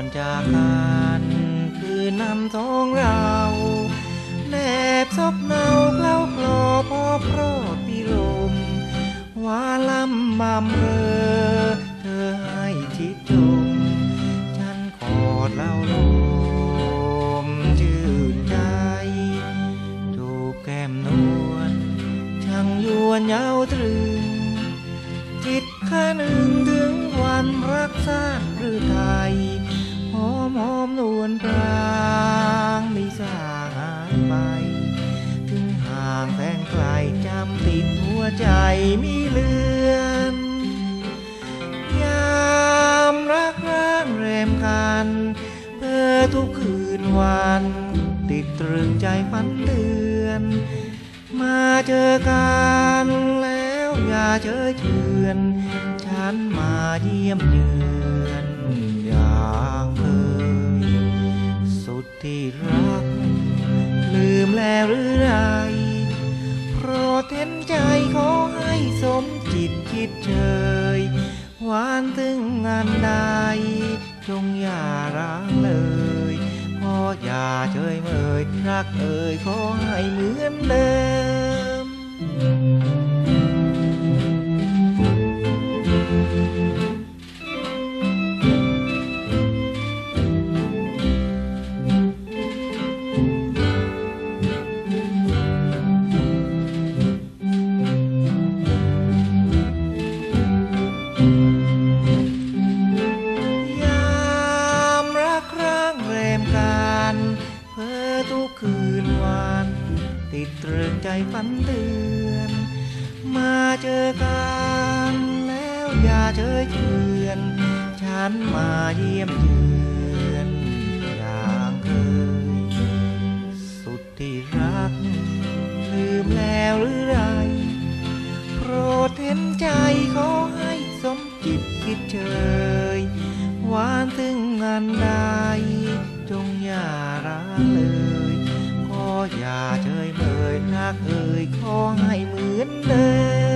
จากกันคืนนำท้องเราแนบซบเนาเคล้าคลอพอโปรดปีลมว่าลำบำเรอเธอให้ชิดจมฉันกอดเล่าลมชื่นใจจูบแก้มนวลช่างยวนเย้าตรึงจิตข้านึงถึงวันรักษาหรือไทยหอมหอมนวลปรางไม่สางหายไปถึงห่างแสนไกลจำติดหัวใจมีเลือนยามรักร้างแรมกันเพื่อทุกคืนวันติดตรึงใจฝันเดือนมาเจอกันแล้วอย่าเฉยเชือนฉันมาเยี่ยมเยือนอย่างเคยสุดที่รักลืมแล้วหรือไรโปรดเห็นใจขอให้สมจิตคิดเชยหวานถึงงานใดจงอย่าร้างเลยขออย่าเฉยเมยรักเอ่ยขอให้เหมือนเดิมติดตรึงใจฝันเดือนมาเจอกันแล้วอย่าเฉยเชือนฉันมาเยี่ยมเยือนอย่างเคยสุดที่รักลืมแล้วหรือไรโปรดเห็นใจขอให้สมจิตคิดเชยหวานถึงงานใดจงอย่าร้างเลยอย่าเฉยเมยรักเอ่ยขอให้เหมือนเดิ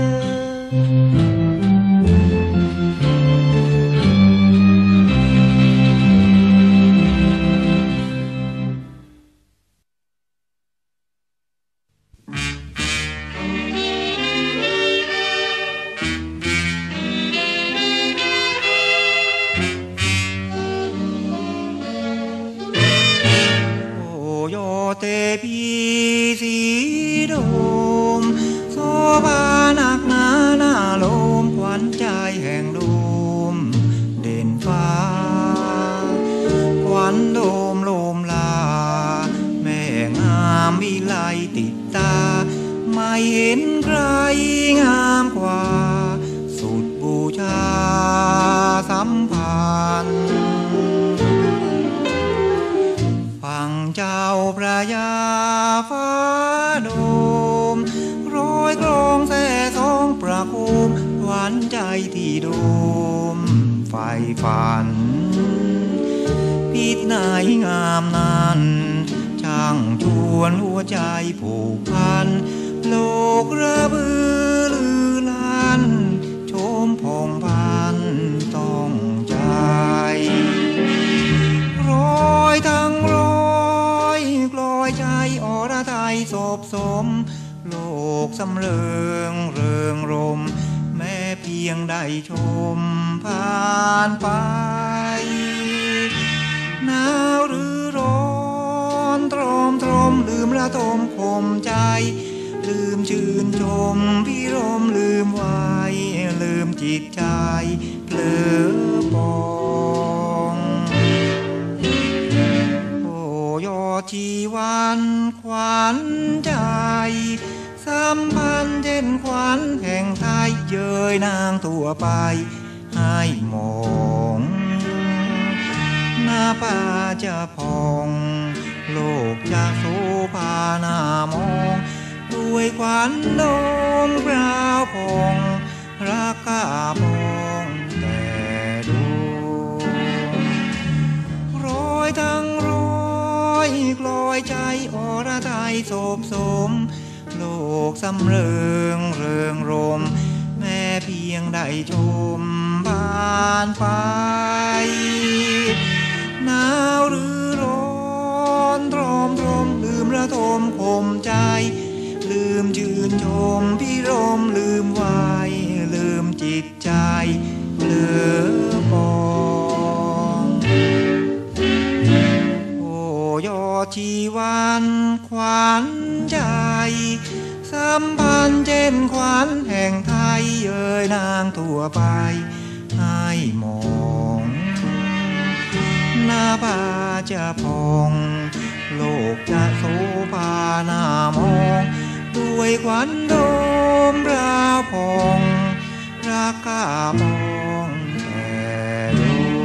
เตพีสีดมโซบานักหนาหน้าลมขวัญใจแห่งดมเด่นฟ้าขวัญโดมลมลาแม่งามวิไลติดตาไม่เห็นใครงามกว่าสุดบูชาสัมพันธ์เจ้าพระยาฟ้าโดมร้อยกรองแส่สองประโคมหวานใจที่โดมไฟฝันพิษไหนงามนั้นช่างชวนหัวใจผูกพันโลกระบือลือลั่นชมพองพันต้องใจร้อยทั้งร้อยกลอยใจอรไทยศพสมโลกสำเริงเริงรมแม้เพียงได้ชมผ่านไปหนาวหรือร้อนตรอมตรมลืมละทมคมใจลืมชื่นชมพิรมลืมไว้ลืมจิตใจเผลอปองยอดชีวันขวัญใจสัมพันธ์เช่นขวัญแห่งไทยเย้ยนางตัวไปให้มองหน้าป่าจะพองโลกจะโสภาหน้ามองด้วยขวัญโดมกราวพองรักข้าพองแต่ดูร้อยทั้งร้อยกลอยใจอรไทยโศบสมโลกสำเริงเริงรมแม้เพียงได้ชมผ่านไปหนทมข่มใจลืมชื่นชมพี่รมลืมไว้ลืมจิตใจเหลือปองโอ้ยอดชีวันขวัญใจสัมพันธ์เช่นขวัญแห่งไทยเอ่ยนางทั่วไปให้มองหน้าผาจะพองโลกจะโสภาหน้ามองด้วยขวัญโดมราพองราคาปองแต่โด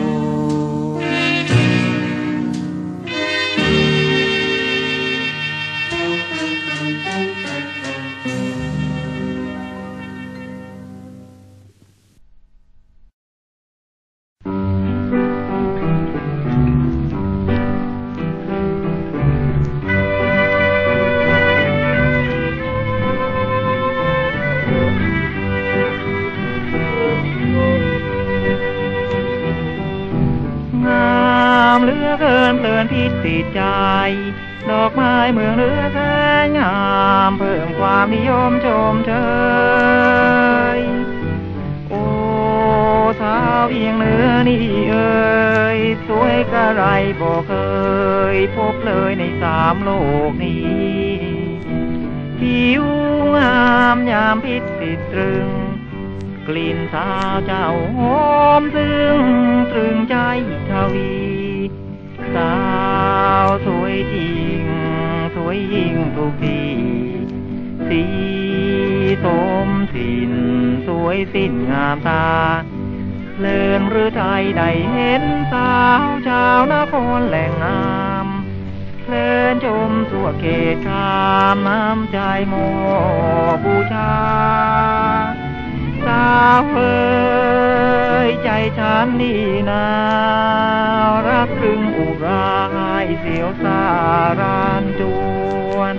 เหลือเกินเพลินพิษติดใจดอกไม้เมืองเหลือแสนงามเพิ่มความนิยมชมเชยโอ้สาวเพียงเหนือนี่เอ่ยสวยกะไรบอกเคยพบเลยในสามโลกนี้ผิวงามยามพิษติดตรึงกลิ่นสาวเจ้าหอมซึ้งตรึงใจทวีสาวสวยจริงสวยยิ่งทุกทีสีสมสิ้นสวยสิ้นงามตาเลินหรือไทยได้เห็นสาวชาวนครแหล่งงามเพลินชมทั่วเขตคามน้ำใจโมบูชาสาวเอ๋ยใจฉันนี่นารักรึงอุราให้เสียวสารานจวน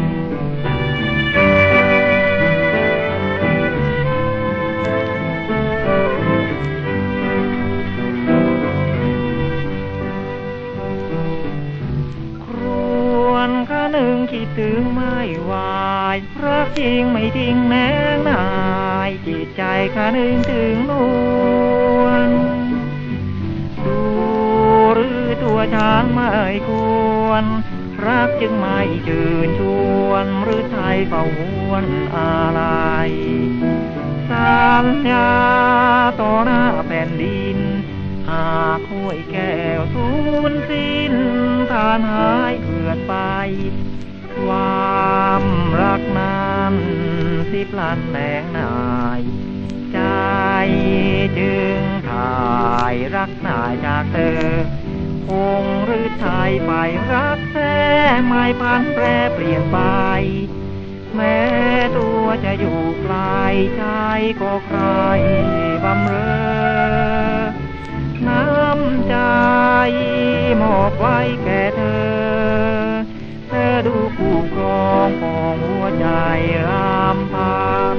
ครวนข้าหนึ่งคิดถึงไม่วายรักจริงไม่ทิ้งแนงนายจิตใจข้าหนึ่งถึงนวลดูหรือตัวฉันไม่ควรรักจึงไม่ชื่นชวนหรือไทยเฝ้าหวนอะไรสัญญาต่อหน้าแผ่นดินหากห้วยแก้วสูญสิ้นทานหายเกิดไปความรักนั้นสิพลันแหลงนายใจจึงถ่ายรักนายจากเธอคงหรือไทยไปรักแท้ไม่พันแปรเปลี่ยนไปแม้ตัวจะอยู่ไกลใจก็ใครบำเรอน้ำใจมอบไว้แก่เธอเธอดูผู้ครองของหัวใจรำพัน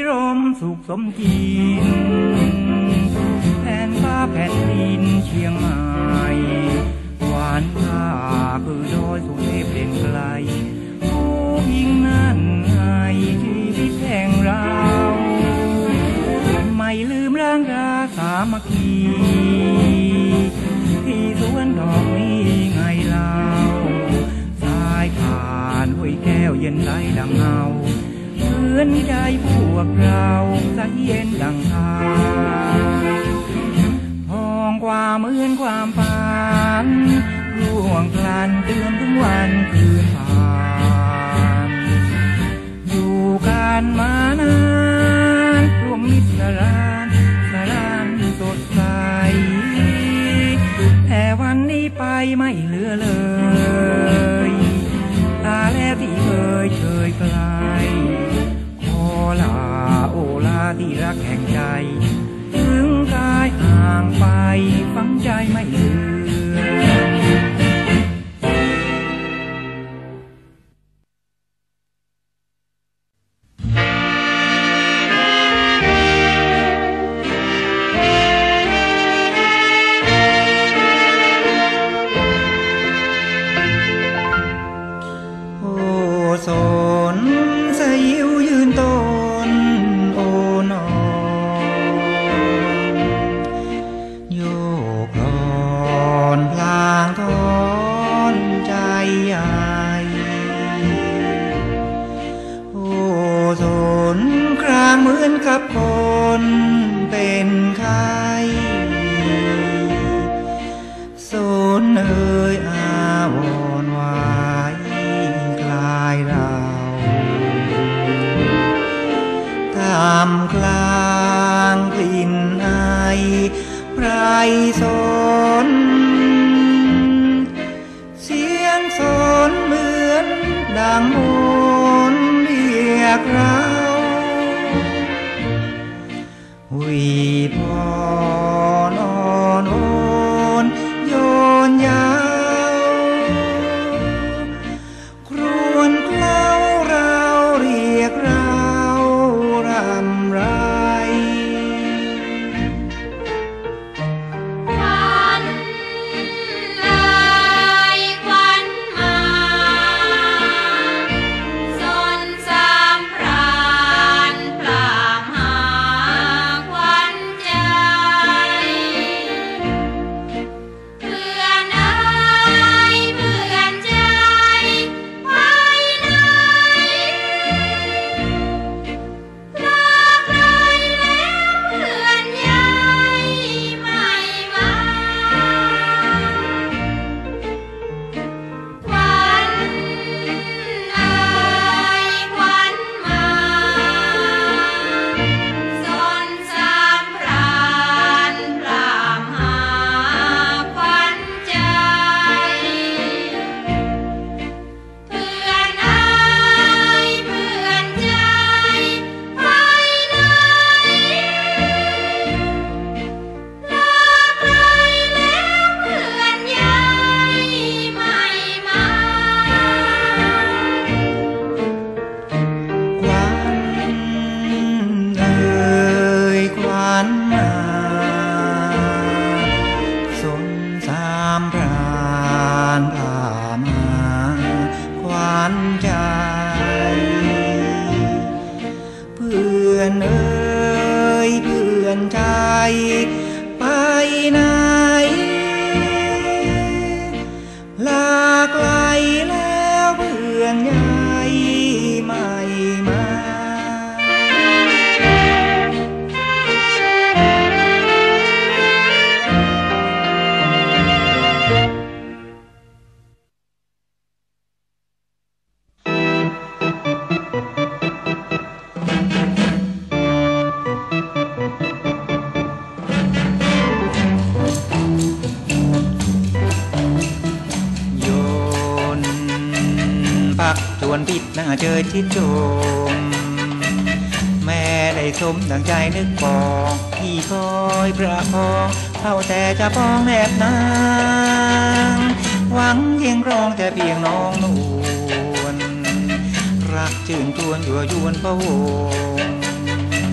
รมสุขสมจริงแผ่นฟ้าแผ่นดินเชียงใหม่หวานค่าคือดอยสุเทพเด่นไกลผู้หญิงนั่นไงชีวิตแห่งเราไม่ลืมร่างราสามัคคีที่สวนดอกนี้ไงเล่าสายผ่านห้วยแก้วเย็นไหลดังเงาเพื่อนใจพวกเราใสเย็นดังทานพองความเหมือนความฝันร่วงกลั่นเตือนถึงวันคืนผ่านอยู่กันมานานร่วมมิตรสรานสดใสแต่วันนี้ไปไม่เหลือเลยตาแล้วที่เคยไกลขอลาโอลาที่รักแห่งใจถึงกายห่างไปฝังใจไม่เหลือสนสยิวยืนต้นโอนโยกลอนพลางทอนใจใหญ่โอ้สนครางเหมือนกับคนเป็นไข้สนเอ่ยอาวรณ์วายคลายเราทำกลางกลิ่นไอไพรสนเสียงสนเหมือนดังมนต์เรียกเราวีพรอ่อนโอนโยนยาวครวนเคล้าเราเรียกเรารำไรควันเอ่ยควันมาสนสามพรานปรามหาควันใจวนปิดหน้าเจอชิดโจมแม่ได้สมดังใจนึกปองพี่คอยประคองเข้าแต่จะป้องแนบนางหวังเพียงรองแต่เพียงน้องนวลรักจื่นชวนยั่วยวนพะวง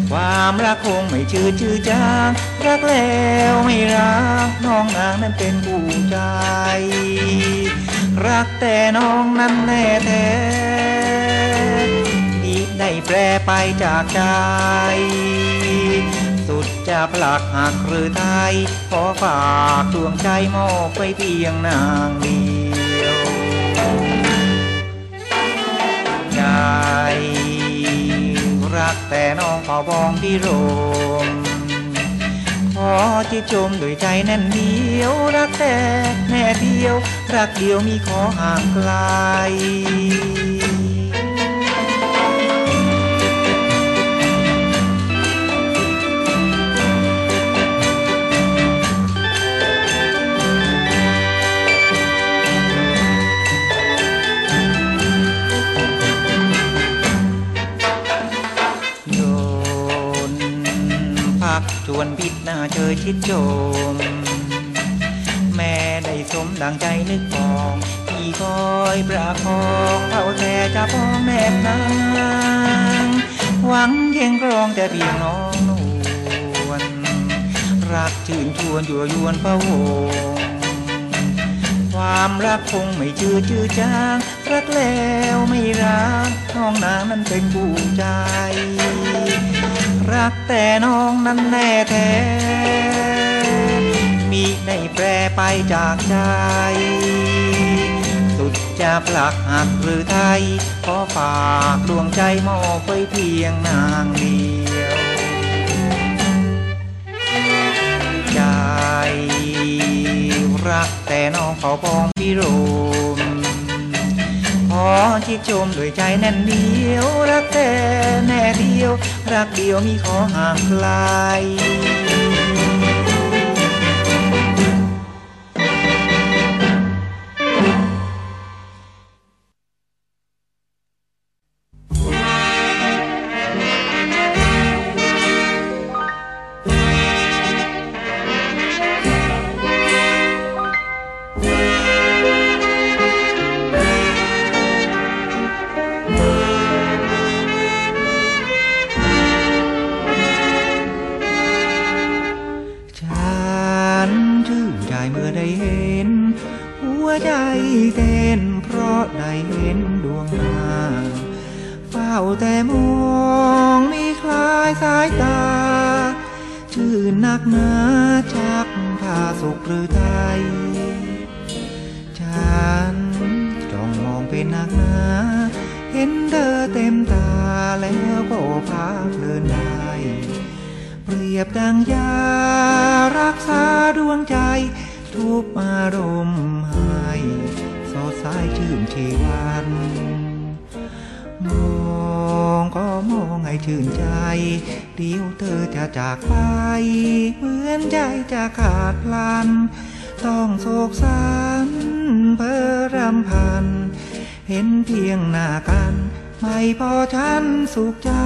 ความรักคงไม่ชื่อจางรักแล้วไม่รักน้องนางนั้นเป็นผู้ใจรักแต่น้องนั้นแน่แท้ที่ได้แปรไปจากใจสุดจะผลักหักหรือไทยขอฝากดวงใจมอบไปเพียงนางเดียวใจรักแต่น้องเฝ้ามองที่โรงขอจิตชมด้วยใจแน่นเดียวรักแต่แน่เดียวรักเดียวมีขอห่างไกลชวนพิษหน้าเจอชิดโจมแม่ได้สมดังใจนึกปองที่คอยประคองเฝ้าแต่จะพ้องแนบนางหวังเคียงครองแต่เพียงน้องนวลรักชื่นชวนยั่วยวนพะวงความรักคงไม่จืดจางรักแล้วไม่รักน้องนางนั้นเป็นผู้ใจรักแต่น้องนั้นแน่แท้มีได้แปรไปจากใจสุดจะผลักหักหรือไทยขอฝากดวงใจมอบไว้เพียงนางเดียวใจรักแต่น้องเฝ้าป้องพิรมขอชิดชมด้วยใจแน่นเดียวรักแต่แน่เดียวรักเดียวมีขอห่างไกลเมื่อได้เห็นหัวใจเต้นเพราะได้เห็นดวงนางเฝ้าแต่มองมีคล้ายสายตาชื่นนักหนาชักพาสุขหรือไทยฉันจ้องมองเป็นนักหนาเห็นเธอเต็มตาแล้วก็พาเพลินได้เปรียบดังยารักษาดวงใจทุกอารมณ์ให้สดใสชื่นชีวันมองก็มองให้ชื่นใจเดี๋ยวเธอจะจากไปเหมือนใจจะขาดพลันต้องโศกสันเพ้อรำพันเห็นเพียงหน้ากันไม่พอฉันสุขใจ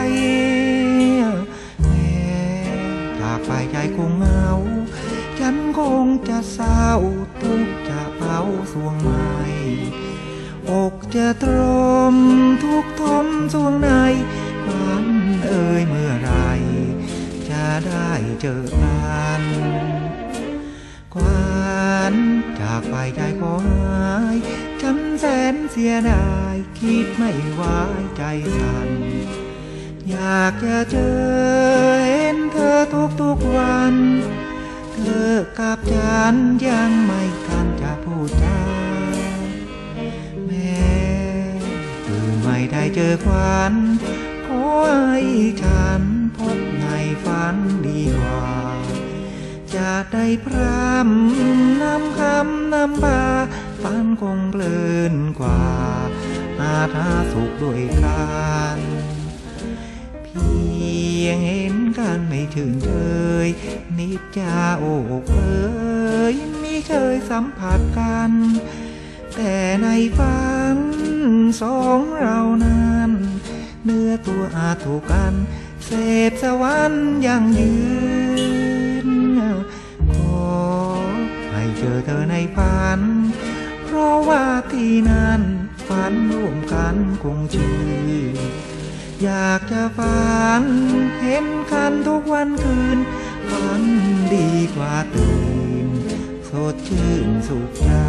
แม้จากไปใจคงเหงาฉันคงจะเศร้าทุกข์จะเผาสวงในอกจะตรมทุกข์ทมสวงในฝันเอ่ยเมื่อไรจะได้เจอกันควันจากไปใจก็หายฉันแสนเสียดายคิดไม่ไหวใจสั่นอยากจะเจอเห็นเธอทุกวันเธอกับฉันยังไม่ทันจะพูดจาแม้ตื่นไม่ได้เจอควันขอให้ฉันพบในฝันดีกว่าจะได้พร่ำนำคำนำพาฝันคงเพลินกว่าอาถาสุขด้วยกันเพียงเห็นกันไม่ถึงเคยนิจจาโอกเอ๋ยมิเคยสัมผัสกันแต่ในฝันสองเรานั้นเนื้อตัวอาจถูกกันเสพสวรรค์ยังยืนขอให้เจอเธอในฝันเพราะว่าที่นั้นฝันร่วมกันคงชื่ออยากจะฝันเห็นกันทุกวันคืนฝันดีกว่าตื่นสดชื่นสุขใจ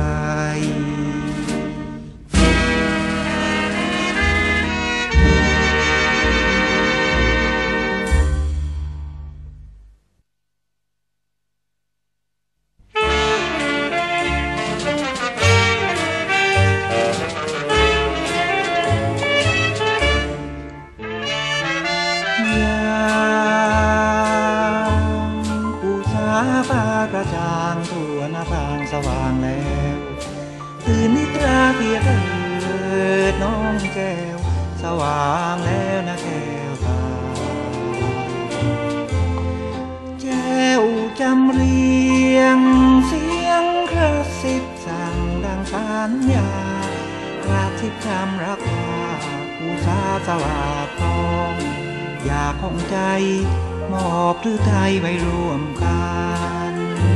ฟ้ากระจ่างทั่วหน้าต่างสว่างแล้วตื่นนิตราเพียเถิดน้องแก้วสว่างแล้วนะแก้วตาแจ้วจำเรียงเสียงกระซิบสั่งดังสัญญากระซิบคำรักว่าผู้สาสวาดทองอยากของใจมอบหรือไทยไว้ร่วมกัน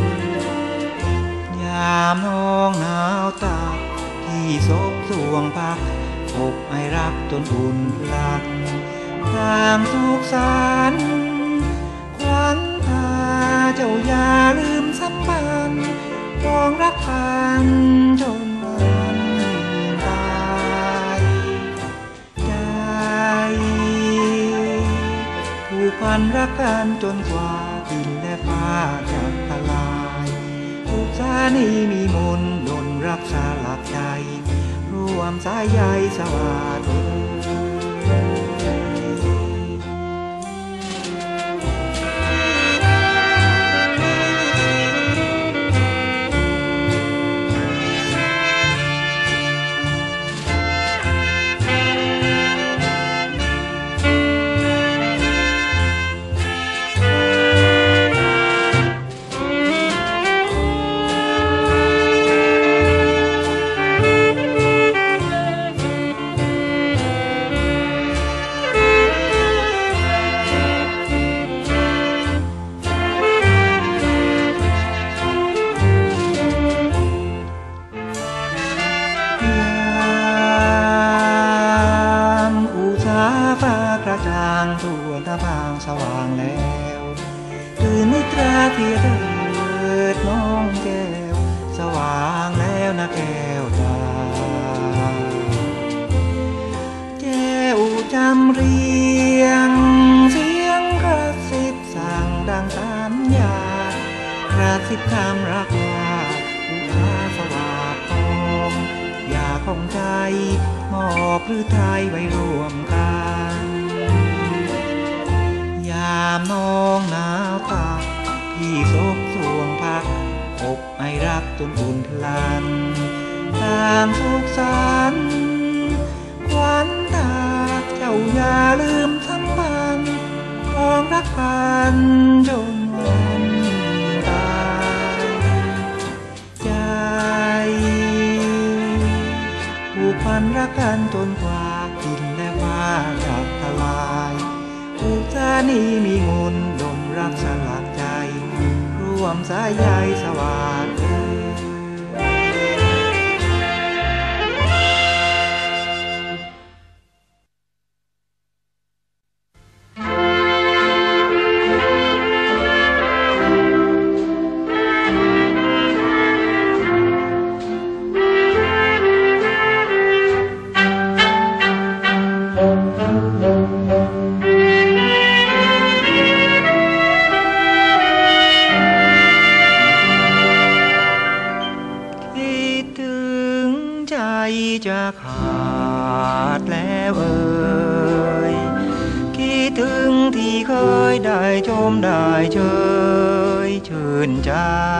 ยามน้องหนาวตาที่ซบสวงพักอกไอรักจนอุ่นพลักต่างสุขสันต์ขวัญตาเจ้าอย่าลืมสัมพันธ์ปองรักกันจนวันตายใจผูกพันรักกันจนกว่าดินและฟ้าจะทลายทุกชาติมีมนต์ดลรักษาหลักใจร่วมสายใยสวัสดิ์ฟ้ากระจ่างทั่วหน้าต่างสว่างแล้วตื่นนิตราเพียเถิดน้องแก้วสว่างแล้วนะแก้วตาแก้วจำเรียงเสียงกระซิบสั่งดังสัญญากระซิบคำรักว่าผู้สาสวาดทองอยากของใจมอบหรือไทยไว้ร่วมกันยามน้องหนาวตาที่ซบสวงพักอกไอรักจนอุ่นพลันต่างสุขสันต์ขวัญตาเจ้าอย่าลืมสัมพันธ์ครองรักกันจนวันตายใจผูกพันรักกันจนกว่าดินและฟ้าจะทลายอุจานีมีมนต์ดลรักสลักใจร่วมสายใยสวัสดิ์จะขาดแล้วเอ่ยคิดถึงที่เคยได้ชมได้เชยชื่นใจ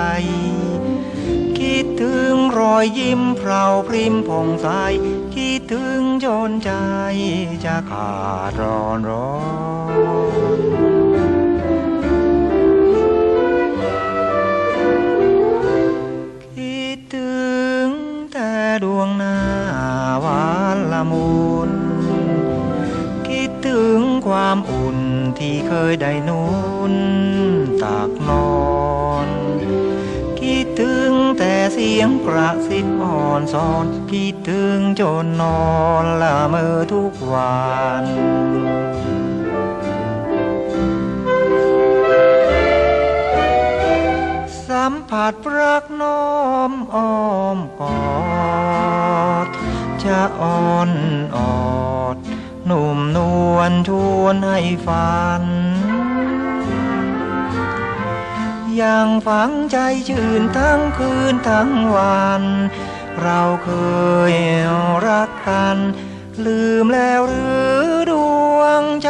คิดถึงรอยยิ้มเพราพริมผ่องใสคิดถึงจนใจจะขาดร้อนคิดถึงแต่ดวงหน้าหวานละมุนคิดถึงความอุ่นที่เคยได้นุ่นตักนอนคิดถึงแต่เสียงกระซิบอ่อนสอนคิดถึงจนนอนละเมอทุกวันผัสรักน้อมอ้อมกอดจะอ่อนออดหนุ่มนวลชวนให้ฝันยังฝังใจชื่นทั้งคืนทั้งวันเราเคยรักกันลืมแล้วหรือดวงใจ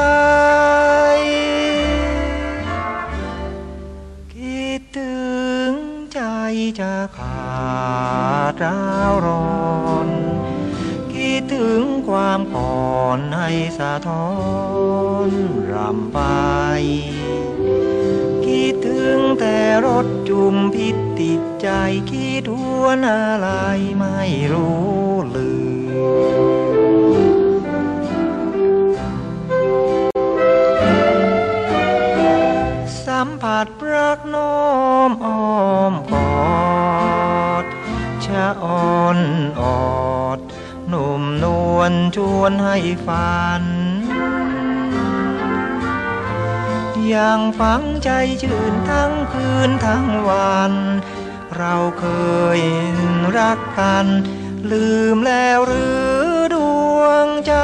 คิดถึงใจจะขาดร้าวร้อนคิดถึงความก่อนให้สะท้อนรำไปคิดถึงแต่รถจุมพิษติดใจคิดทวนอะไรไม่รู้ลืมสัมผัสรักน้อมอ้อมกอดชะอ่อนออดหนุ่มนวลชวนให้ฝันยังฝังใจชื่นทั้งคืนทั้งวันเราเคยรักกันลืมแล้วหรือดวงใจ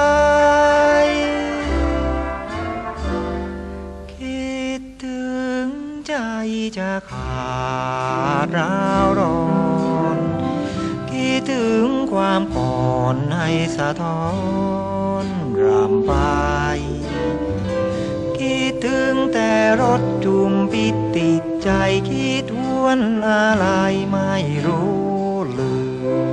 คิดถึงใจจะขาดร้าวร้อนคิดถึงความก่อนให้สะท้อนรำไปคิดถึงแต่รถจุมพิษติดใจคิดทวนอะไรไม่รู้ลืม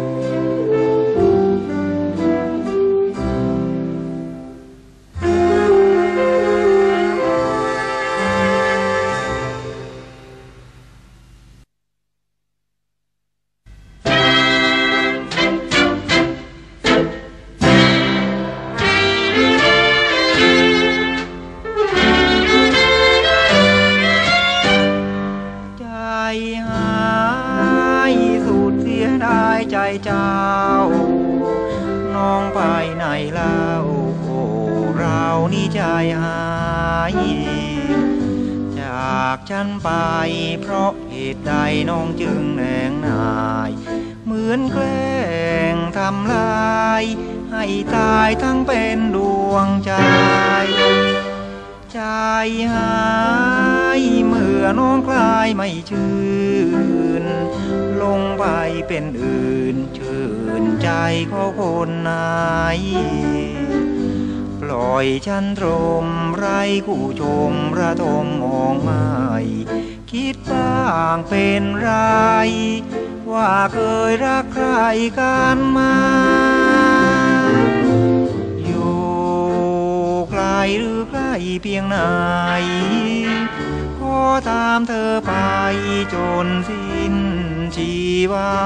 ใจเจ้าน้องไปไหนเล่าโอ้เรานี่ใจหายจากฉันไปเพราะเหตุใดน้องจึงแหนงนายเหมือนแกล้งทำลายให้ตายทั้งเป็นดวงใจใจหายเมื่อน้องคลายไม่ชื่นลงไปเป็นอื่นชื่นใจของคนไหนปล่อยฉันตรมไรคู่ชมระทมมองไม่คิดบ้างเป็นไรว่าเคยรักใครกันมาอยู่ไกลหรือใกล้เพียงไหนขอตามเธอไปจนสิ้นชีวา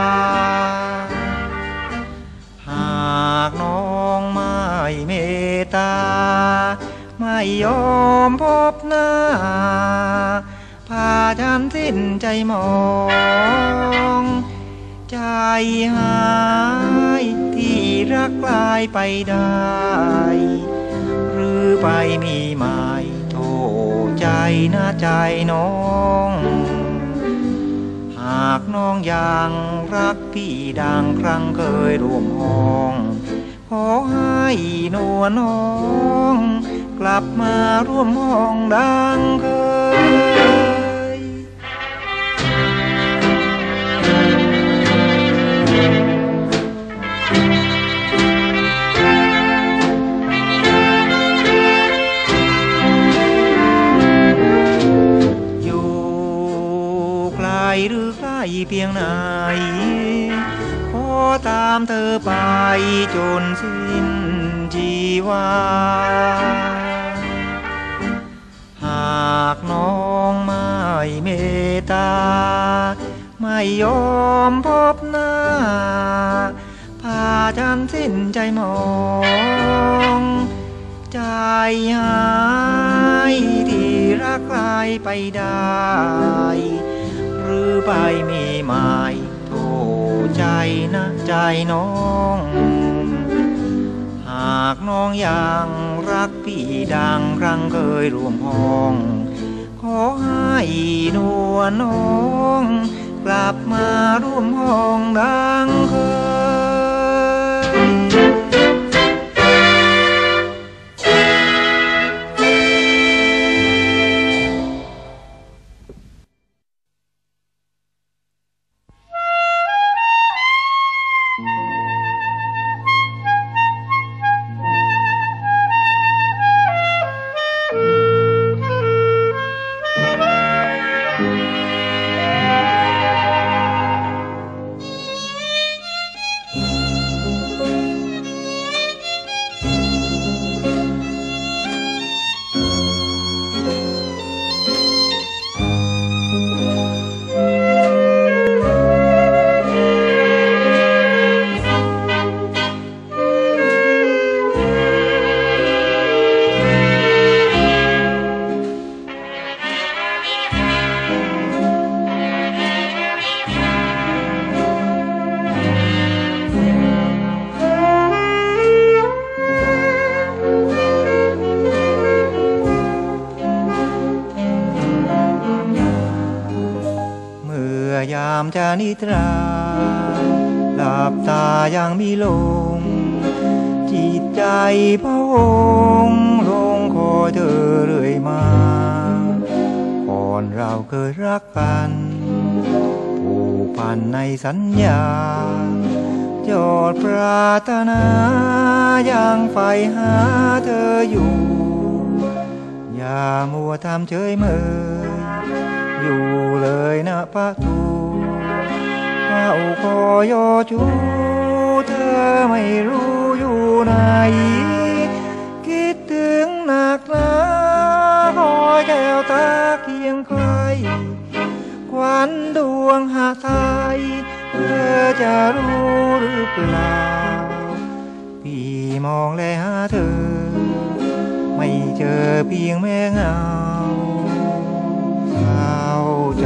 หากน้องไม่เมตตาไม่ยอมพบหน้าพาฉันสิ้นใจมองใจหายที่รักกลายไปได้หรือไปมีหมายโทษใจนะใจน้องหากน้องยังรักพี่ดังครั้งเคยร่วมห้องขอให้นวลน้องกลับมาร่วมห้องดังเคยหรือใกล้เพียงไหนขอตามเธอไปจนสิ้นชีวาหากน้องไม่เมตตาไม่ยอมพบหน้าพาฉันสิ้นใจมองใจหายที่รักใครไปได้หรือไปมีหมายโทษใจนะใจน้องหากน้องยังรักพี่ดังครั้งเคยร่วมห้องขอให้นวลน้องกลับมาร่วมห้องดังเคยามจะนิทราหลับตายังมีลมจิตใจพะวงลงคอยเธอเรื่อยมาก่อนเราเคยรักกันผูกพันในสัญญาจอดปรารถนายังใฝ่หาเธออยู่อย่ามัวทำเฉยเมยอยู่เลยนะปะตูเฝ้าคอยจูเธอไม่รู้อยู่ไหนคิดถึงหนักหนาคอยแก้วตาเคียงใกล้ควันดวงหาไทยเธอจะรู้หรือเปล่าพี่มองแลหาเธอไม่เจอเพียงแม่เงาใจ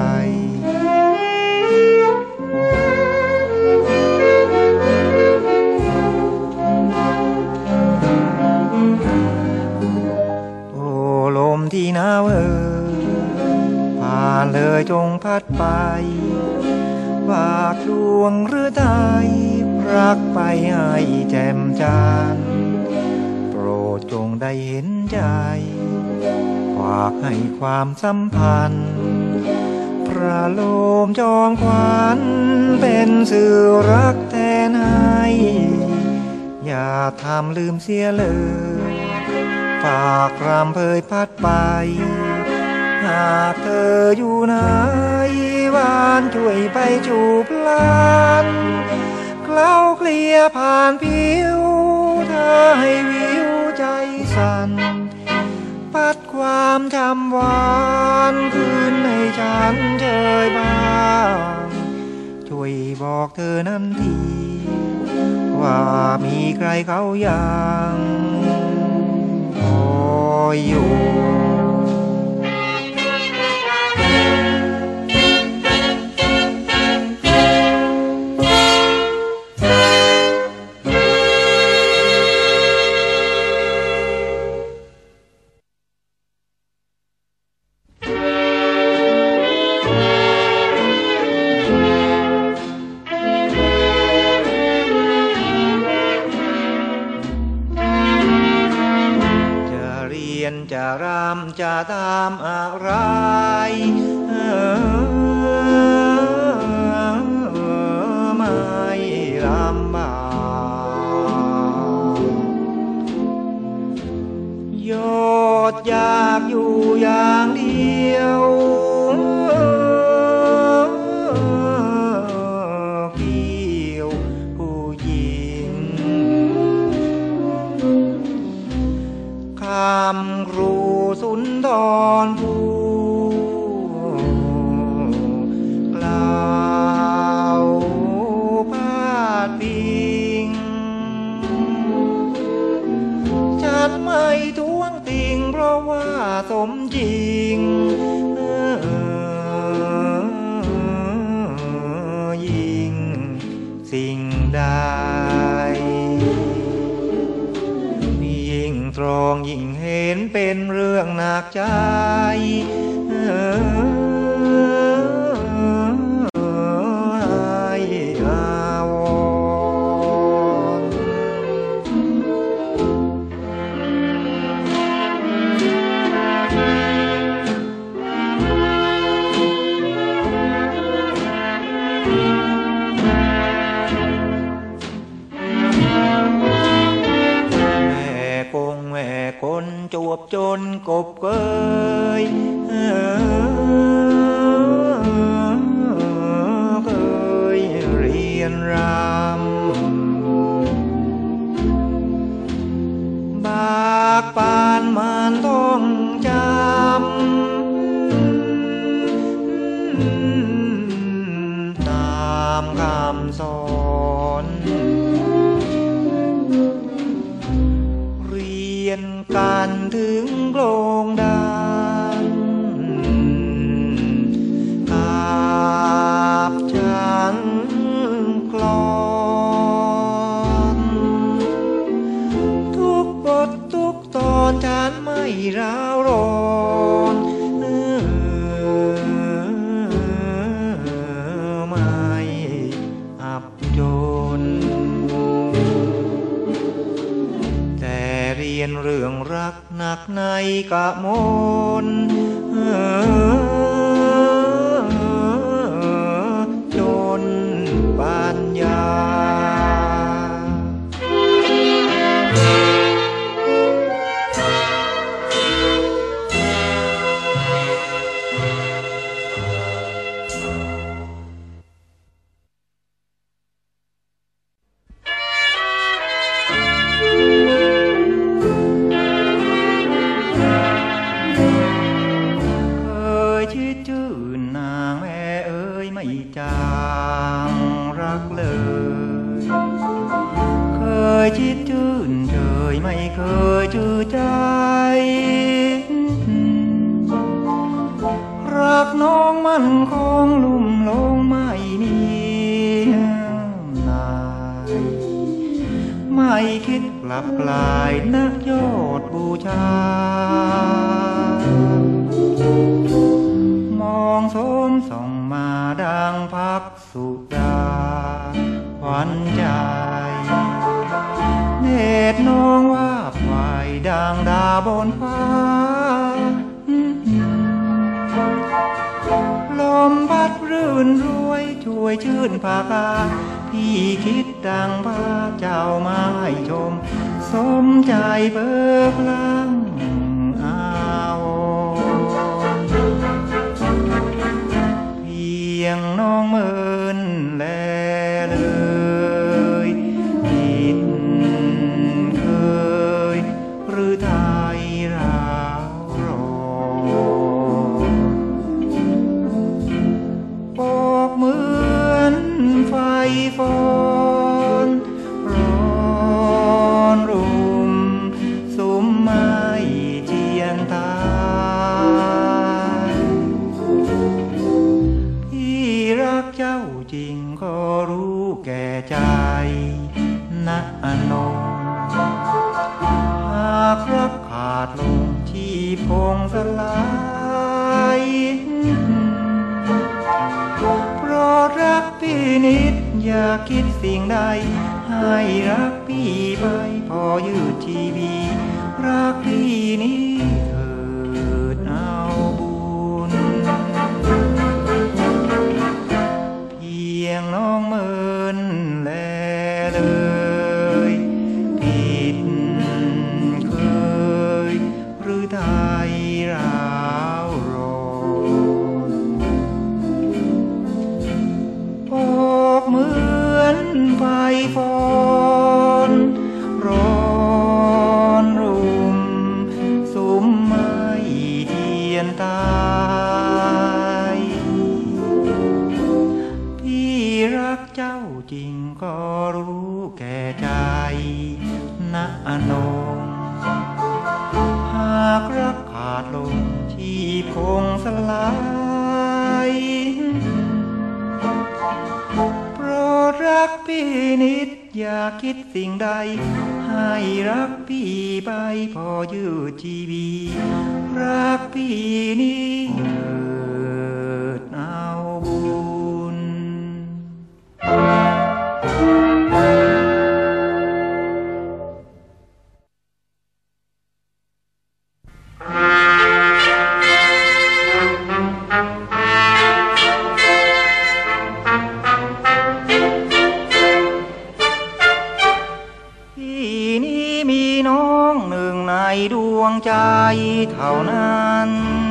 โอ้ลมที่หนาวผ่านเลยจงพัดไปฝากดวงหรือไทยรักไปให้แจ่มจันทร์โปรดจงได้เห็นใจฝากให้ความสัมพันธ์พระโลมจอมขวัญเป็นสื่อรักแทนให้อย่าทำลืมเสียเลยฝากรำเพยพัดไปหากเธออยู่ไหนวานช่วยไปจูบลานเคล้าเคลียผ่านผิวเธอให้วิวใจสั่นปัดความจำหวานคืนให้ฉันเจยบ้างช่วยบอกเธอนั้นทีว่ามีใครเขายังคอยอยู่จะรำจะตามอะไรไม่ลำบากยอดอยากอยู่อย่างเดียวเกี่ยวผู้หญิงคำครูสุนทรภูกล่าวพาดพิงฉันไม่ท้วงติงเพราะว่าสมจริงยิ่งสิ่งใดยิ่งตรองยิ่งเห็นเป็นเรื่องหนักใจคนจวบจนกบเกยเคยเรียนรำบากปานมันต้องจำตามคำสอนเรียนกันถึงโกลงดานกาบฉันกลอนทุกบททุกตอนฉันไม่ร้าวร้อนไม่อับจนแต่เรียนเรื่องรักหนักในกะมนจนปัญญาจางรักเลยเคยชิดชื่นเฉยไม่เคยจือใจรักน้องมันคงลุ่มลงไม่มีนายไม่คิดกลับกลายนักยอดบูชามองสมส่องมาดังพักสุดาขวัญใจเนตรน้องว่าไฟดังดาบนฟ้าลมพัดรื่นรวยช่วยชื่นภากาพี่คิดดังพระเจ้ามาให้ชมสมใจเบิกลังยังน้องเมินแลเลยผิดเคยหรือไทยร้าวรปอกเหมือนไฟฟอนร้อนรุ่มสุมไม้เจียนตารักเจ้าจริงก็รู้แก่ใจนะอนงหากรักขาดลงชีพคงสลายโปรดรักพี่นิดอย่าคิดสิ่งใดให้รักพี่ไปพอยืดชีวิตรักพี่นี้เถิดเอายังน้องเมินแลเลยผิดเคยหรือไทยร้าวรนปอกเหมือนไฟฟอนร้อนรุ่มสุมไม้เทียนตารักเจ้าจริงก็รู้แก่ใจนะอนงหากรักขาดลงชีพคงสลายโปรดรักพี่นิดอย่าคิดสิ่งใดให้รักพี่ไปพอยืดชีวิตรักพี่นี้เถิดเอาบุญ ในดวงใจเท่านั้น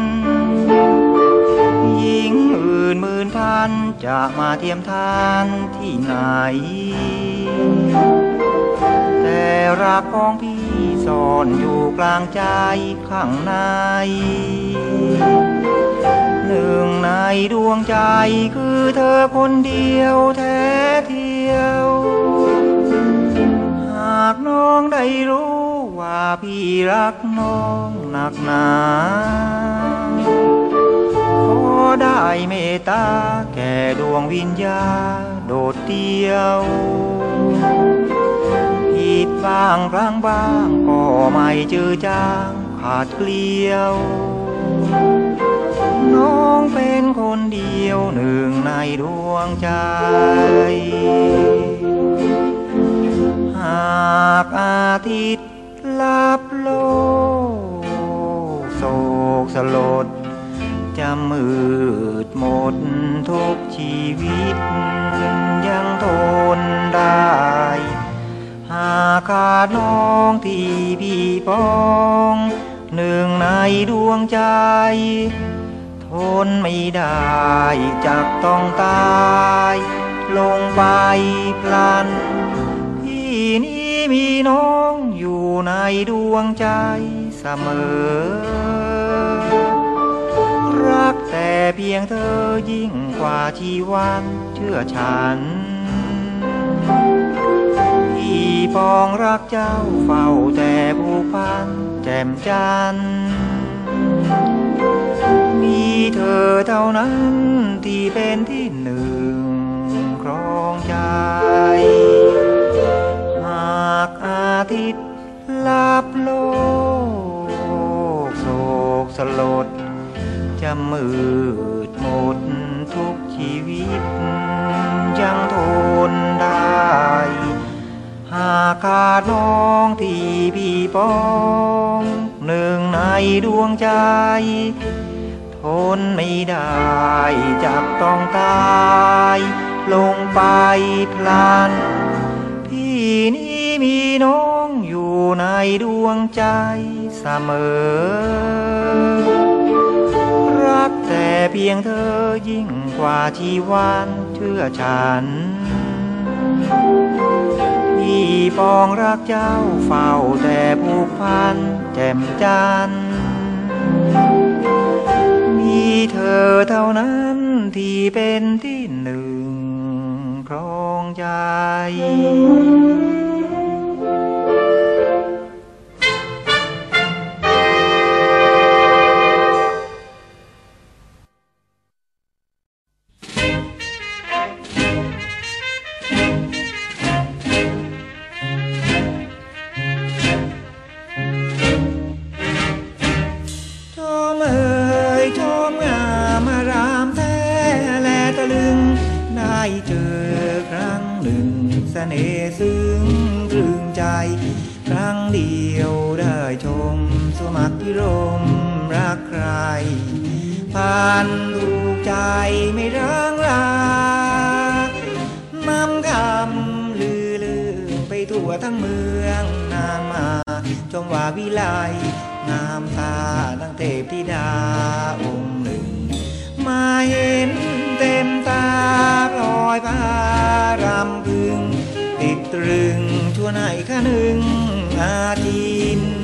หญิงอื่นหมื่นพันจะมาเทียมทานที่ไหนแต่รักของพี่ซ่อนอยู่กลางใจข้างในหนึ่งในดวงใจคือเธอคนเดียวแท้เทียวหากน้องได้รู้ว่าพี่รักน้องหนักหนาขอได้เมตตาแก่ดวงวิญญาณโดดเดี่ยวผิดบ้างพลั้งบ้างก็ไม่จืดจางขาดเกลียวน้องเป็นคนเดียวหนึ่งในดวงใจหากอาทิตย์ลับโลกโศกสลดจะมืดหมดทุกชีวิตยังทนได้หากขาดน้องที่พี่ปองหนึ่งในดวงใจทนไม่ได้จักต้องตายลงไปพลันพี่นี้มีน้องอยู่ในดวงใจเสมอรักแต่เพียงเธอยิ่งกว่าชีวันเชื่อฉันพี่ปองรักเจ้าเฝ้าแต่ผูกพันแจ่มจันทร์มีเธอเท่านั้นที่เป็นที่หนึ่งครองใจหากอาทิตย์ลับโลกโศกสลดจะมืดหมดทุกชีวิตยังทนได้หากขาดน้องที่พี่ปองหนึ่งในดวงใจทนไม่ได้จักต้องตายลงไปพลันพี่นี้มีน้องอยู่ในดวงใจเสมอรักแต่เพียงเธอยิ่งกว่าชีวันเชื่อฉันพี่ปองรักเจ้าเฝ้าแต่ผูกพันแจ่มจันทร์มีเธอเท่านั้นที่เป็นที่หนึ่งครองใจ เจอครั้งหนึ่งเสน่ห์ซึ้งตรึงใจครั้งเดียวได้ชมสมัครพิรมรักใครผ่านถูกใจไม่ร้างราน้ำคำลือไปทั่วทั้งเมืองนางมาชมว่าวิไลงามตาดังเทพธิดาองค์หนึ่งมาเห็นเต็มตาพลอยพารำพึงติดตรึงชั่วไหนข้าหนึ่งอาทิตย์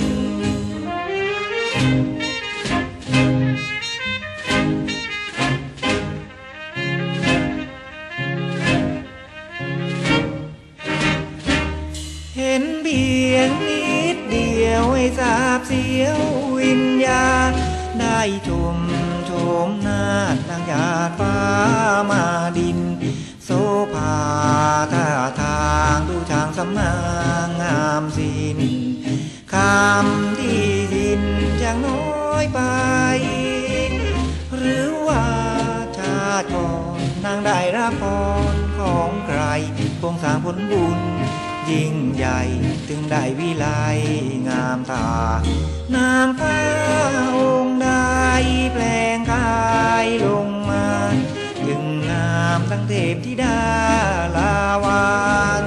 เห็นเพียงนิดเดียวให้ทราบเสียววิญญาณได้ชมหน้านางหยาดฟ้ามาดินโสภาท่าทางดูช่างสำนางงามสินคำที่ดินยังน้อยไปหรือว่าชาติก่อนนางได้รับพรของใครคงสร้างผลบุญยิ่งใหญ่ถึงได้วิไลงามตานางฟ้าองค์ใดแปลงกายลงมาจึงงามทั้งเทพธิดาลาวาน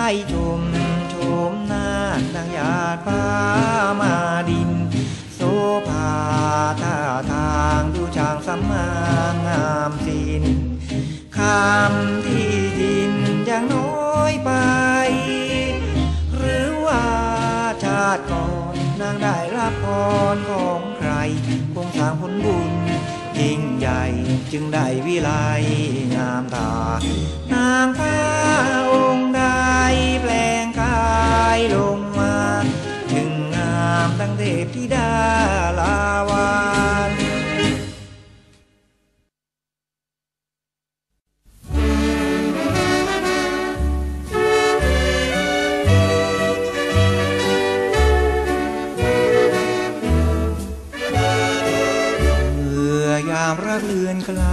ชมโฉมหน้าดังหยาดฟ้ามาดินโสภาท่าทางดูช่างสำมางามศิลป์คำที่ดินยังน้อยไปหรือว่าชาติก่อนนางได้รับพรของใครคงสร้างผลบุญยิ่งใหญ่จึงได้วิไลงามตานางฟ้าองค์ใดแปลงกายลงมาจึงงามดังเทพธิดาลาวานยามรักเลือนไกล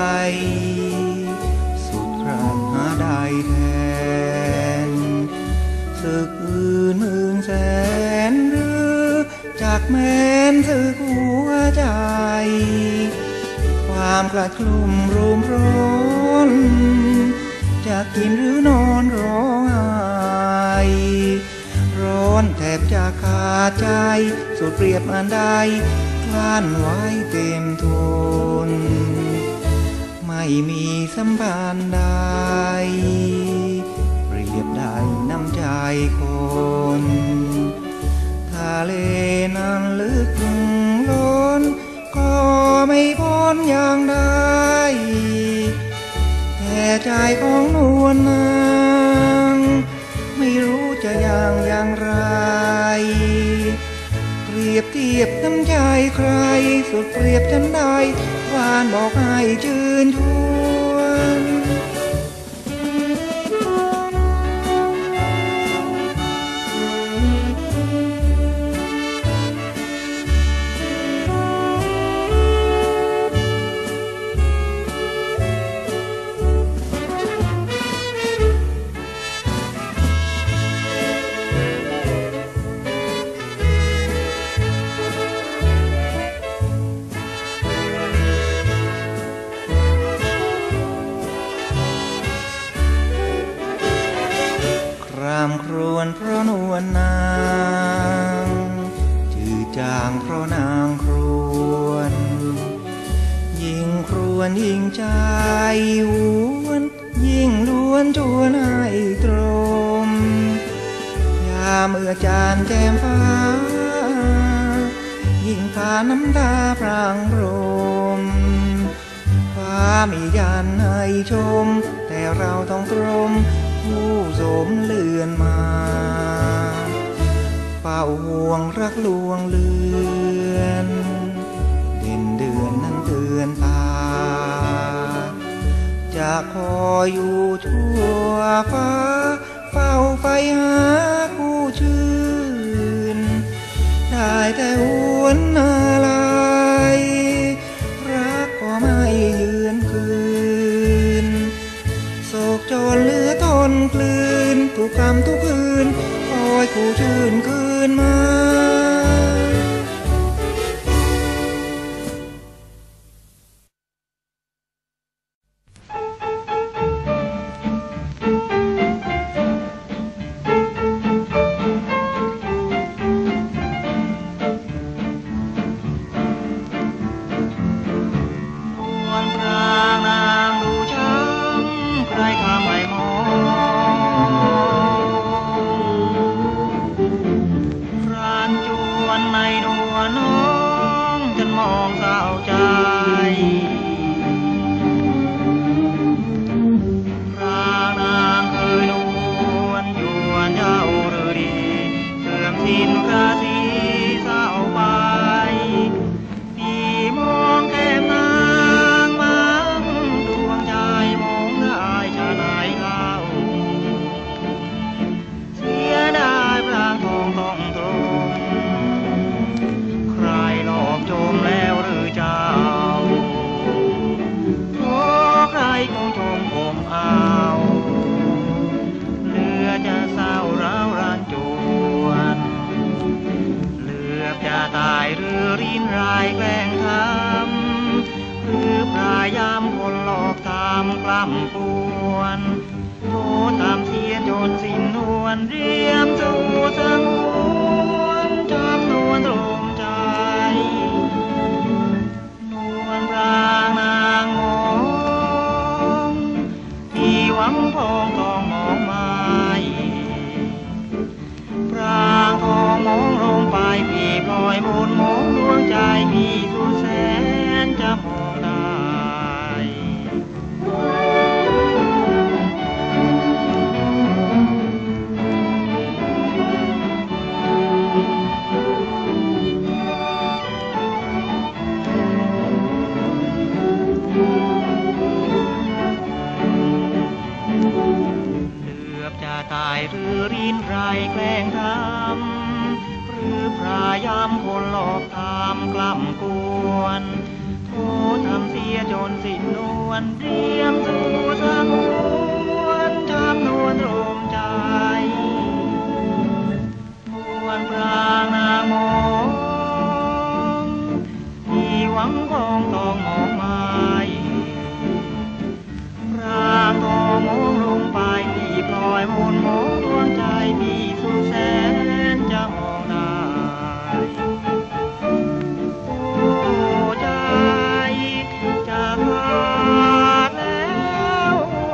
สุดครามหาได้แทนศึกอื่นหมื่นแสนหรือจากแม้นศึกหัวใจความกลัดกลุ่มรุมร้อนจะกินหรือนอนร้องไห้ร้อนแทบจะขาดใจสุดเปรียบอันใดกลั้นไว้เต็มทนไม่มีสัมพันธ์ใดเปรียบได้น้ำใจคนทะเลนั้นลึกล้นก็ไม่พ้นอย่างใดแต่ใจของนวลนางไม่รู้จะอย่างไรเปรียบเทียบน้ำใจใครสุดเปรียบฉันได้หวานบอกให้ชื่นชวนครวญเพราะนวลนางจืดจางเพราะนางครวนยิ่งครวนยิ่งใจหวนยิ่งล้วนชวนให้ตรมยามเมื่อจานแจ่มฟ้ายิ่งพาน้ำตาพรางรมฟ้ามียันให้ชมแต่เราต้องตรมผู้สมเลือนมาเฝ้าห่วงรักลวงเลือนเด่นเดือนนั้นเตือนตาจะคอยอยู่ทั่วฟ้าเฝ้าไฟหาคู่ชื่นได้แต่หวนอะไรรักก็ไม่ยืนคืนโศกจนเหลือทนกลืนทุกคำทุกคืนคอยคู่ชื่นคืนมาทตามเสียจนสิ้นนวลเรียมสู่สังหวนจำนวนตรมใจนวลปรางนางมองที่หวังพองทองมองไม้ปรางทองมองลงไปพี่พลอยบนมองดวงใจพี่สุดแสนจะมองได้ตายหรือรินไรแกล้งทำหรือพรายำคนหลอกทำกล้ำกวนโทษทำเสียจนสิ้นนวลเรียมสู่สังหวนจำนวนรมใจนวลปรางนางมองที่หวังคองทองมองไม้ปรางทองมองลงไปที่พลอยมนมองดวงใจพี่สุดแสนจะมองได้โอ้ใจจะขาดแล้ว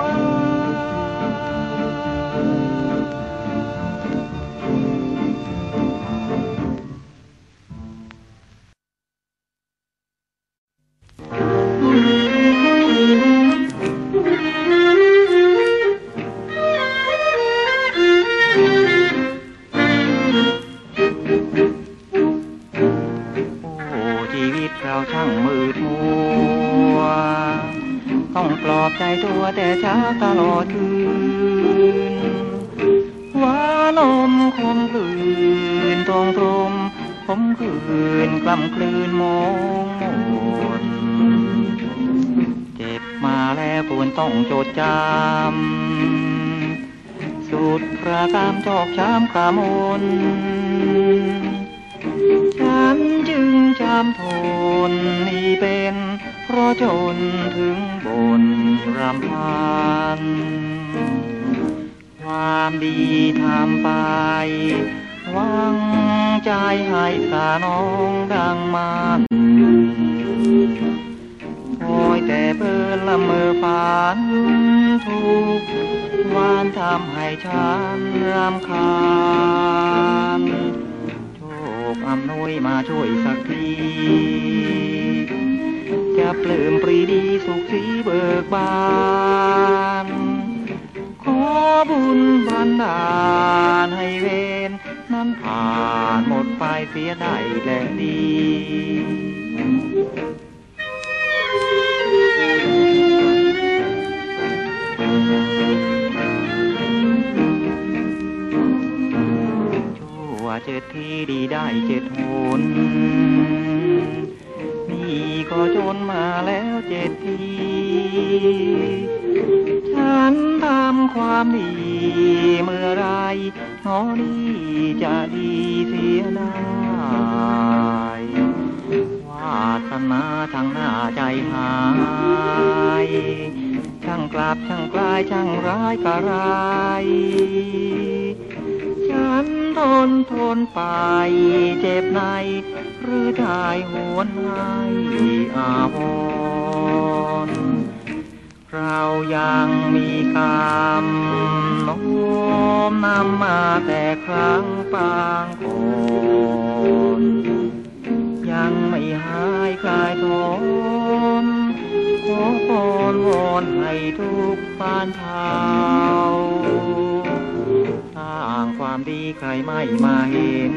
เราช่างมืดมัวต้องปลอบใจตัวแต่เช้าตลอดคืนว่าลมคมคลื่นตรงตรมผมคืนกล้ำกลืนมองมนเจ็บมาแล้วปวดต้องจดจำสุดพระกามจอกช้ำกระมนฉันจึงจำทนนี่เป็นเพราะจนถึงบนรำพันความดีทำไปหวังใจให้สาน้องดังมันคอยแต่เปิดละเมอฝันทุกวันทำให้ฉันรำคาญอำนวยมาช่วยสักทีจะปลื้มปรีดีสุขสีเบิกบานขอบุญบันดาลให้เวรนั้นผ่านหมดไปเสียได้และดีเจ็ดทีดีได้เจ็ดหนนี่ก็จนมาแล้วเจ็ดทีฉันทำความดีเมื่อไรหอนี้จะดีเสียได้วาสนาช่างหน้าใจหายช่างกลับช่างกลายช่างร้ายกะไรฉันทนไปเจ็บในหรือทายหวนให้อาวรณ์เรายังมีกรรมโน้มนำมาแต่ครั้งปางก่อนยังไม่หายคลายทนขอพรวอนให้ทุกปานเทาสร้างความดีใครไม่มาเห็น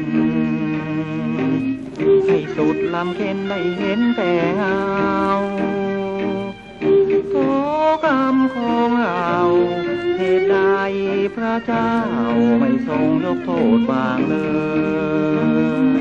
ให้สุดลำเค็นได้เห็นแต่เงาโทกรรมของเราเหตุใดพระเจ้าไม่ทรงยกโทษบางเลย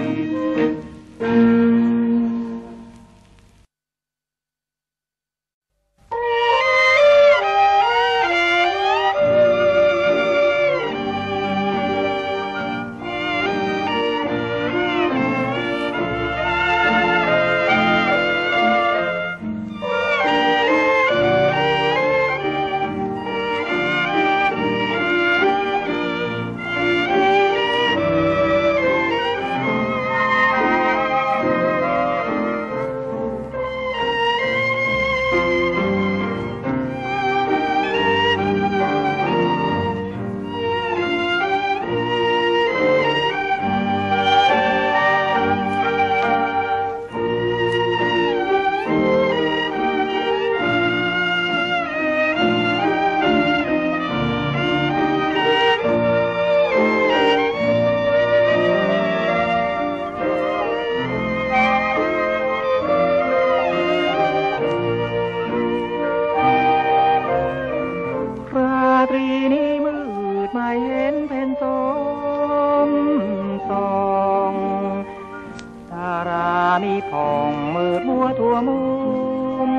นเพนสมสองตารามีผ่องมืดมัวทั่วมุม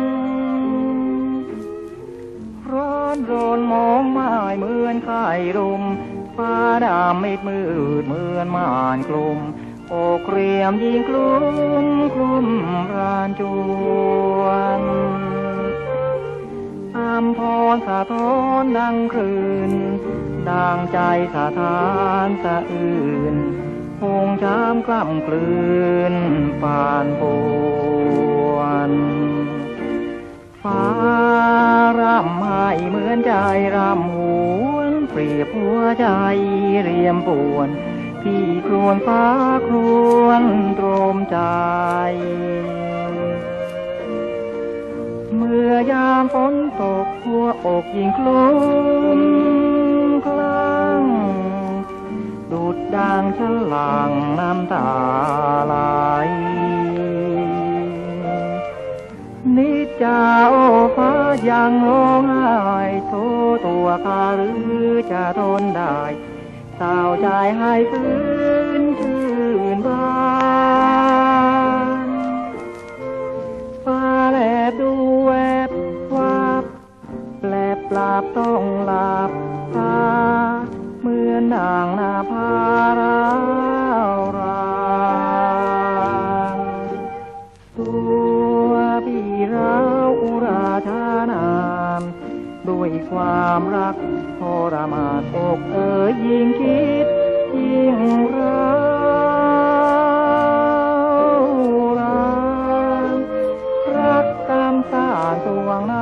ร้อนรนมองไม้เหมือนไข่รุมฟ้าดำมิดมืดเหมือนม่านกลุ่มอกเรียมยิงคลุ้มคลุ้มรานจวนอำพรสะท้อนดังคลื่นดังใจสะท้านสะอื่นคงช้ำกล้ำกลืนปานปวนฟ้ารำให้เหมือนใจรำหวนเปรียบหัวใจเรียมปวนพี่ครวญฟ้าครวญตรมใจเมื่อยามฝนตกหัวอกยิ่งคลุ้มคลั่งดุจดังฉลังน้ำตาไหลนิจจาโอฟ้ายังร้องไห้โทตัวข้าหรือจะทนได้เศร้าใจให้ฟื้นชื่นบานฟ้าแลบดูแวบวับแลบปราบต้องหลับตาเหมือนนางนาภารารางตัวพี่เราอุราชานามด้วยความรักทรมานอกยิ่งคิดยิ่งรักกำสานสวงใน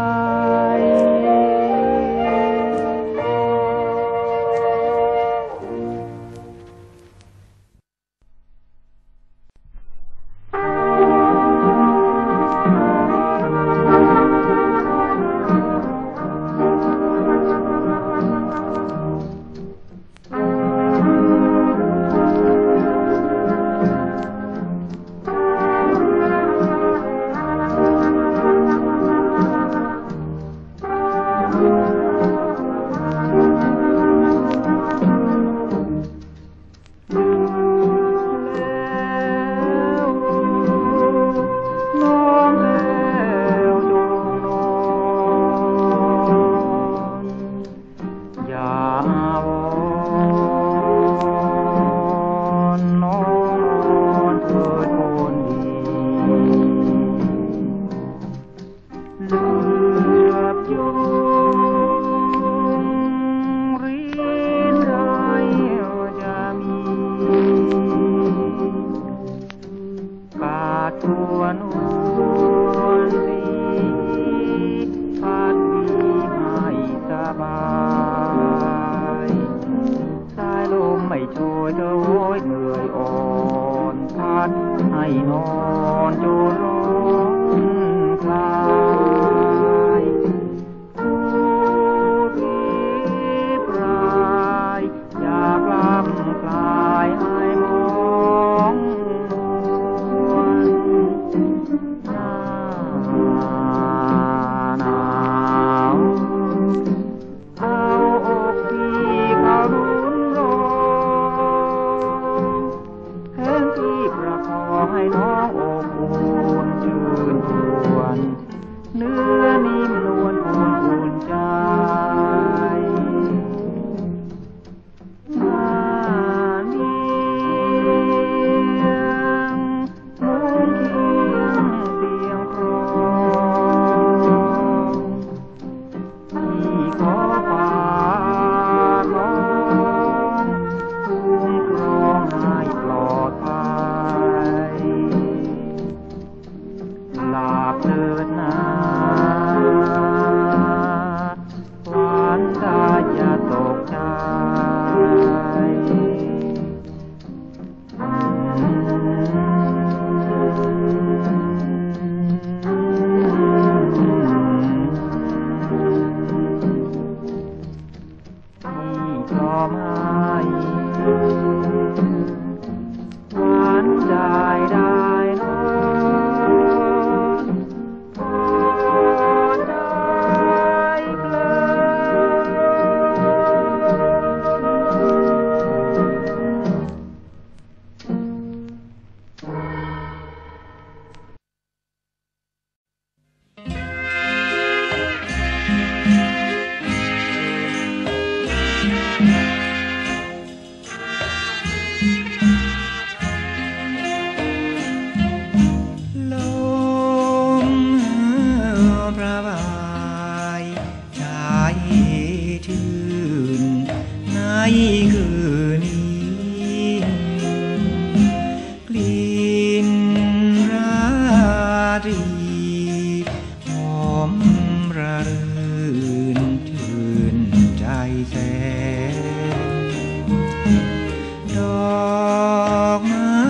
คืนนี้กลิ่นราตรีหอมระรื่นชื่นใจแสนดอกไม้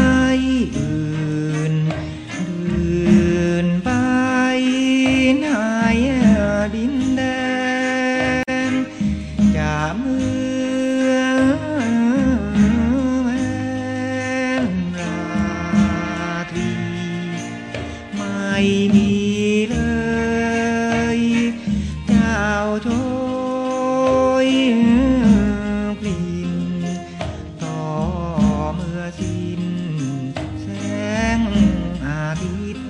อื่นดื่นไปในดินแดนจะเมืองราตรีไม่มีเลยเจ้าโชยกลิ่นต่อเมื่อสิ้นแสงอาทิตย์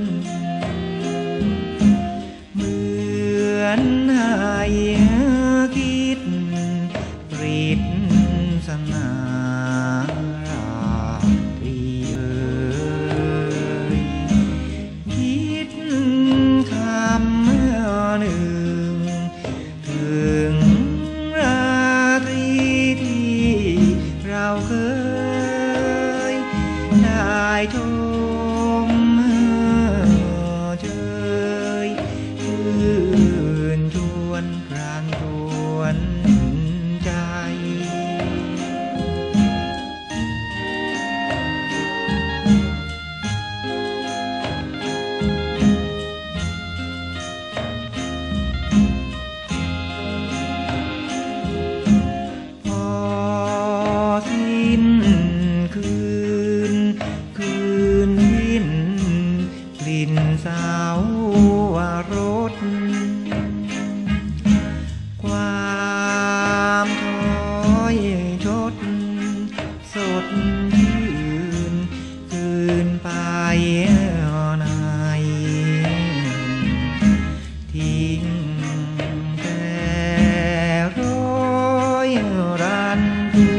เหมือนให้คิดปริศนาราตรีเอ่ยคิดคำหนึ่งถึงราตรีที่เราเคยได้ชมเชยชื่นชวนพรางชวนใจพอสิ้นคืนสิ้นกลิ่นสาวรสความถอยชดสดชื่นคืนไปในทิ้งแต่ร้อยรัน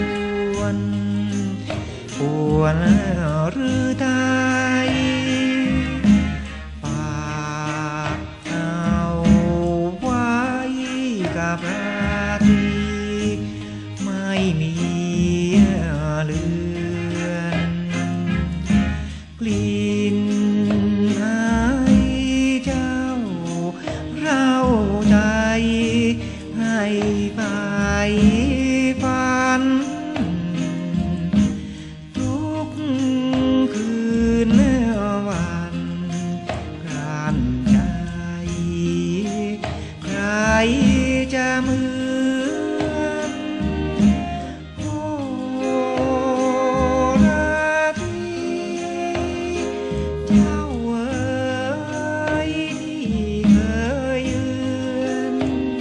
ปวนหรือไทยฝากเอาไว้กับราตรีไม่มีเลือนกลิ่นให้เจ้าเราใจให้ไปฝันทุกคืนวันกลั่นใจใครจะเหมือนโอ้ราตรีเจ้าเอ๋ยที่เคยยืน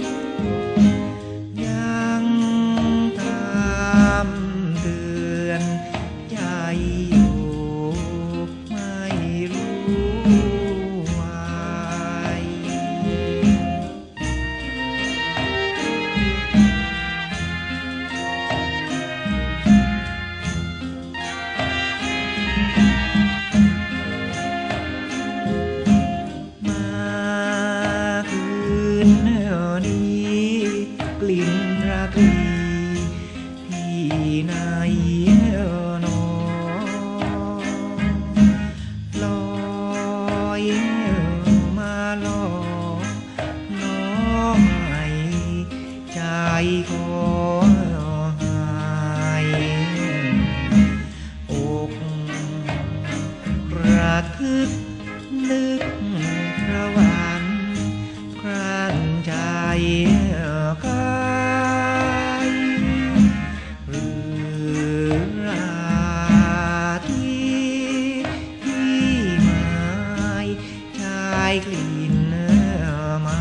ยังตามเตือนใจอยู่ไม่รู้วาย มาคืนนี้กลิ่นราตรีที่ไหนหนอลอยมาล่อให้ใจขอหายอกระทึกนึกพระวันครั่นใจกายหรือราตรีที่หมายชายกลิ่นมา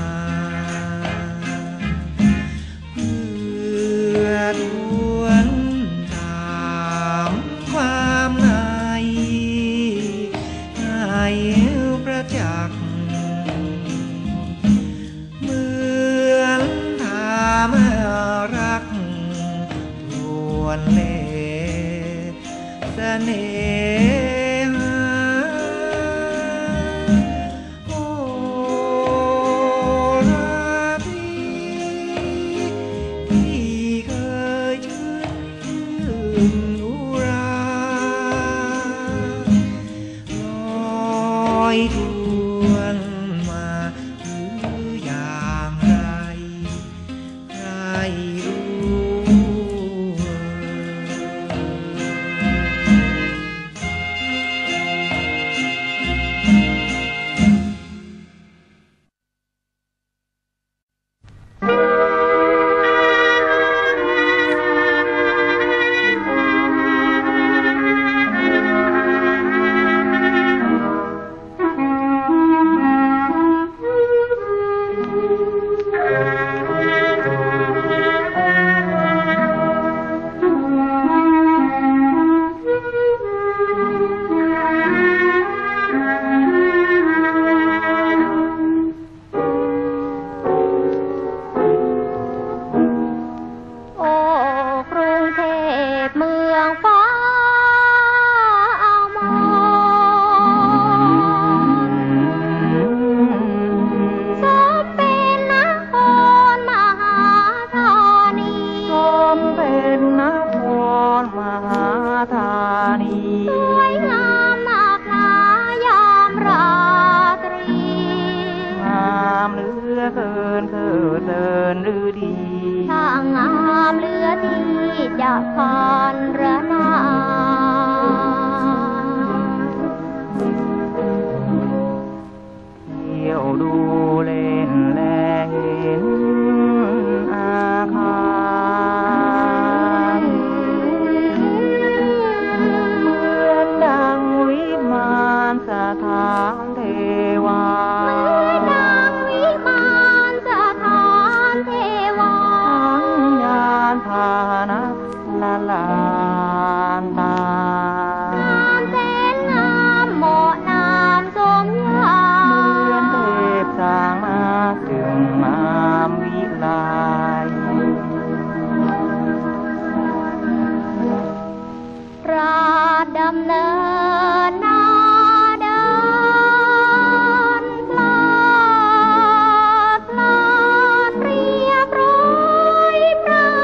เพื่อทวนตามความในให้ประจักษ์เหมือนถามรักทวนเล่เสน่หาโอ้ราตรีที่เคยชื่พันรนาเที่ยวดูเล่นแลเห็นอาคารเหมือนดังวิมานสถานเทวาพานะละลานตางามแสนงามเหมาะนามสมยาเหมือนเทพสร้างมาจึงงามวิไลราชดำเนินนาเดินพลาดพลาดเรียบร้อยเปล่า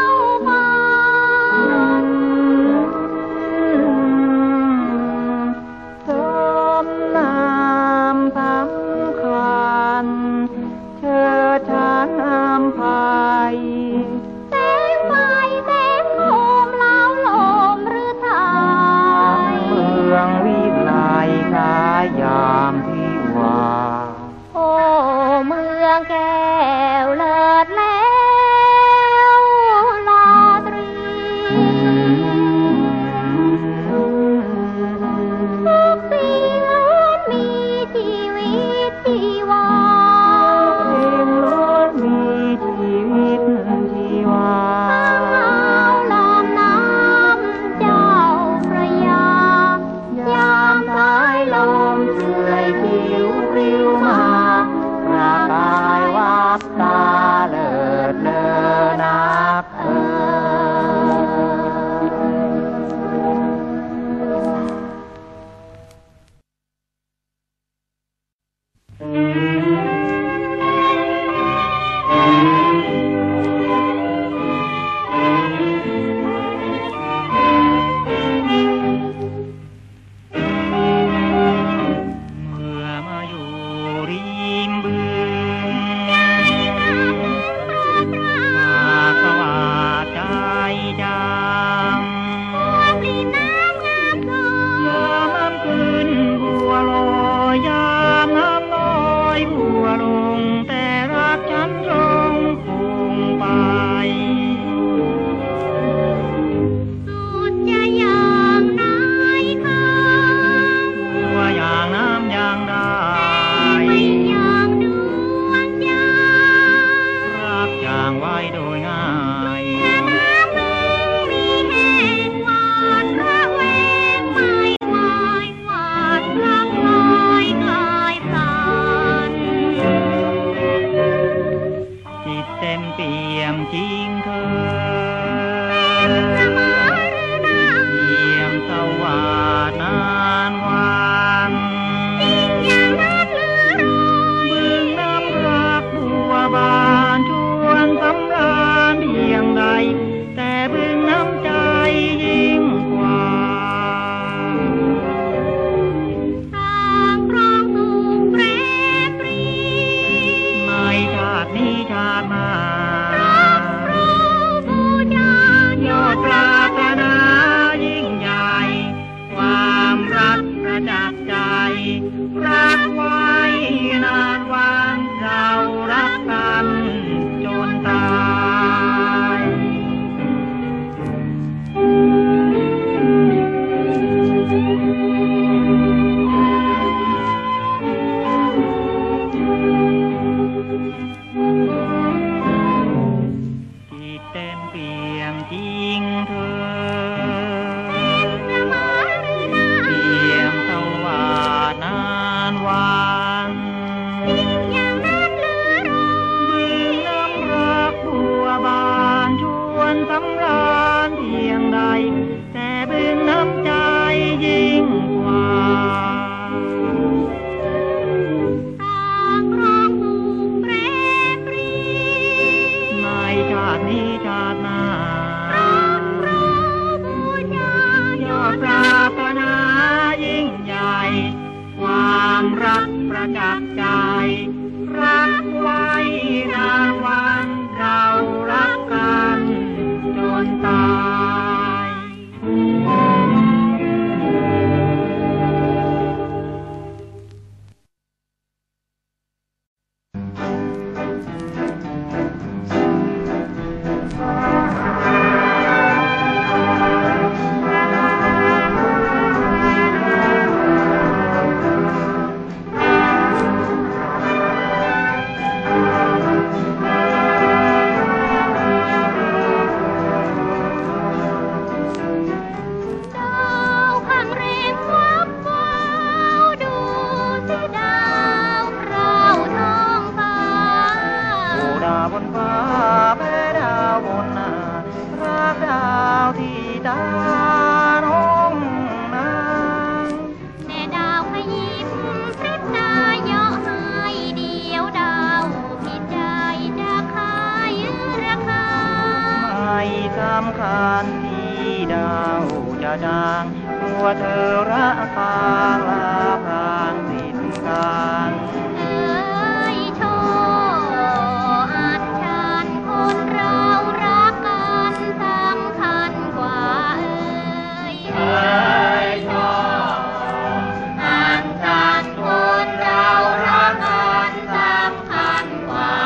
สมนามสำคัญเชิดชานนำภัยแสงไฟแสงโคมเล้าลมหรือไทยเมืองวิไลขายามที่ว่าโอ้เมืองแก้วเลิศแล้วลาตรีทุกสิ่งล้วนมีชีวิตชีวามีชีวิตชีวาทั้งลำน้ำเจ้าพระยายามสายลมเสื่อยผิวปลิวมาประกายวับตาเลิศเลอนักจากใจรักไว้นานวันเรารักกันจนตายาน้องนางแน่ดาวขยิบพริบตาเยาะให้เดียวดาวผิดใจจะขายราคาไม่สำคัญที่ดาวจะจางตัวเธอระคางลาพรางสิ้นการโชอันชันคนเรารักกันสำคัญกว่าโชอันชันคนเรารักกันสำคัญกว่า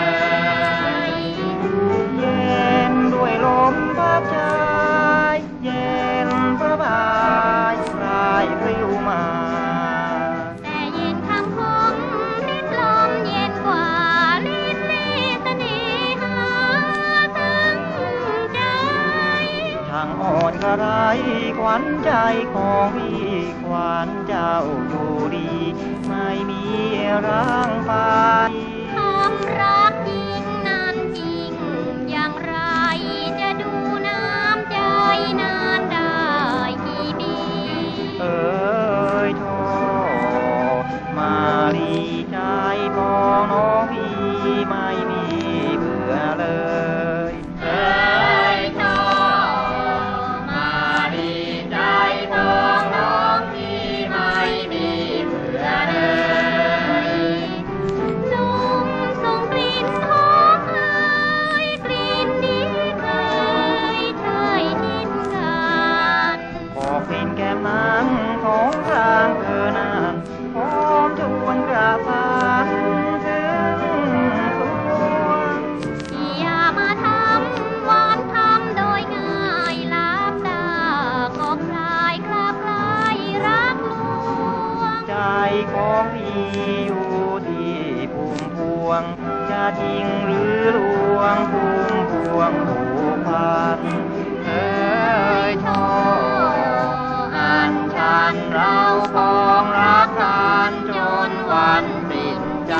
เย็นด้วยลมพัดใจเย็นประบายคลายปลิวมาแต่เย็นคำคมริดลมเย็นกว่าลิ้นลี่เสน่หาตั้งใจช่างอ่อนกระไรขวัญใจของพี่ขวัญเจ้าอยู่ดีไม่มีร่างไปความรักยิ่งนานจริงอย่างไรจะดูน้ำใจนานได้กี่ปีโทมาลีใจมองน้องพี่ไม่มีเบื่อเลยโทมาลีใจมองน้องพี่ไม่มีเบื่อเลยลมส่งกลิ่นหอมหายกลิ่นดีเคยใช่ทิ้นกันบอกกลิ่นแก้มนั้นของทางเธอนานหอมชวนกระสันถึงสวงอย่ามาทำหวานทำโดยง่ายลับตาก็คลายคลาบคลายรักลวงใจของพี่อยู่ที่พุ่มพวงจะจริงหรือลวงพุ่มพวงผูกพันโทอันชันเราคงรักกันจนวันสิ้นใจ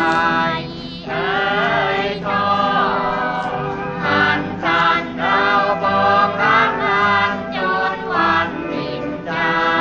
โทอันชันเราคงรักกันจนวันสิ้นใจ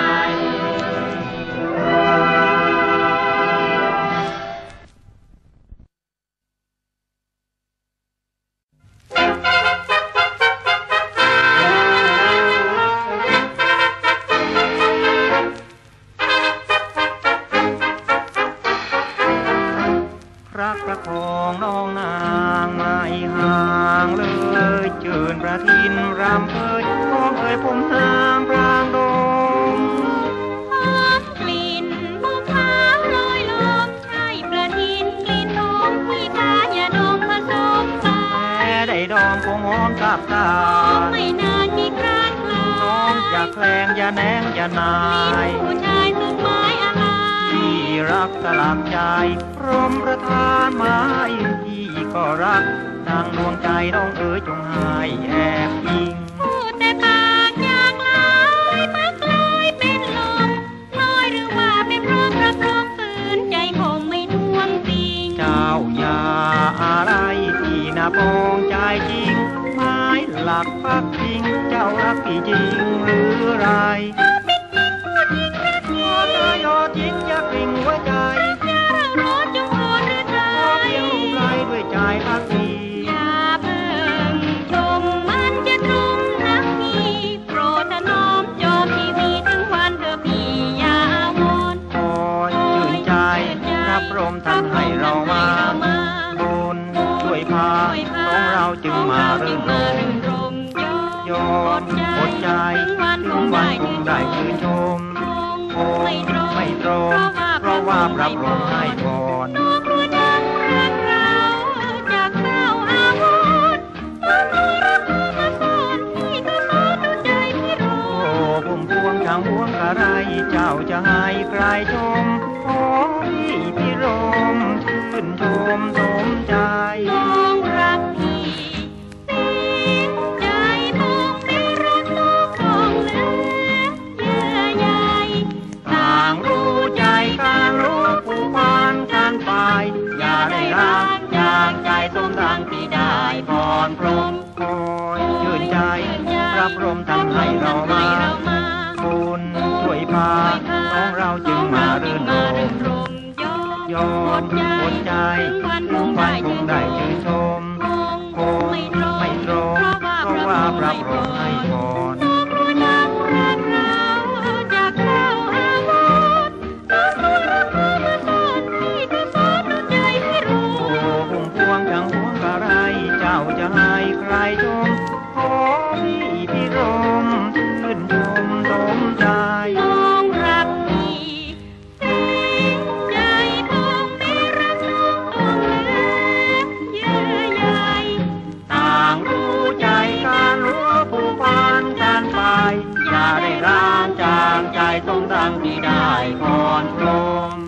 รักประคองน้องนางไม่ห่างเลยเจิญประทินรำเพยน้องผมนางพรางดงหอมกลิ่นมะพร้าวลอยลมใช่ประทินกลิ่นนมที่ปายาดมผสมไปได้ดองคงหอมกับตาไม่นานกี่ครั้งลน้องอย่าแคลงอย่าแนงอย่านายผู้ชายสุดหมายอะไรที่รักสลักใจพร้อมประทานไม้ที่ก็รักดังดวงใจน้องจงหายแอบอิงพูดแต่ปากอยากลายมักลอยเป็นลมลอยหรือว่าเป็นเพราะประพรมฝืนใจคงไม่ทวงติงเจ้าอย่าอะไรที่น่าปองใจจริงไม้หลักพักจริงเจ้ารักพี่จริงหรือไรเป็นจริงพูดจริงรักจริงยอจริงอยากกลิ่งหัวใจอย่าเราร้อนจงอ่อนหรือใจเพียงรูปไร้ด้วยใจพักดีอย่าเพิ่งชมมันจะตรงรักพี่โปรดถนอมจอมทีวีถึงวันเธอพี่อย่าวอนคอยชื่นใจรับรมท่านให้เรามาบุญช่วยพาของเราจึงมาเรื่นรมยอมอดใจถึงวันคงได้ชื่นชมไม่ตรงเพราะว่าปรับลงให้ก่อนน้องรู้จักรักเราจากเศร้าอาวุธน้องรู้รักมาสอนพี่ก็สอนดูใจพี่รู้พุ่มพวงทางห่วงอะไรเจ้าจะให้ใครชมขอพี่รมชื่นชมสมใจน้องรักพี่สิ้นใจมองในรักน้องมองเหลือเยื่อใยต่างรู้ใจการรู้ผูกพันกันไปอย่าได้รักอย่างใจสมดังที่ได้พรพรหมคอยชื่นใจรับรมทำให้เรามาคุณช่วยพาน้องเราจึงมาเรื่นรมยอมหมดใจวันคงได้ชื่นชมคงไม่ตรงเพราะว่าพระพรหมให้พรจะให้ใครชมขอพี่พิรมชื่นชมสมใจน้องรักพี่เต็มใจคงไม่รักน้องคงแลเยื่อใยต่างรู้ใจการรู้ผู้พันกันไปอย่าได้ร้างจางใจต้องดังที่ได้ก่อนพรหม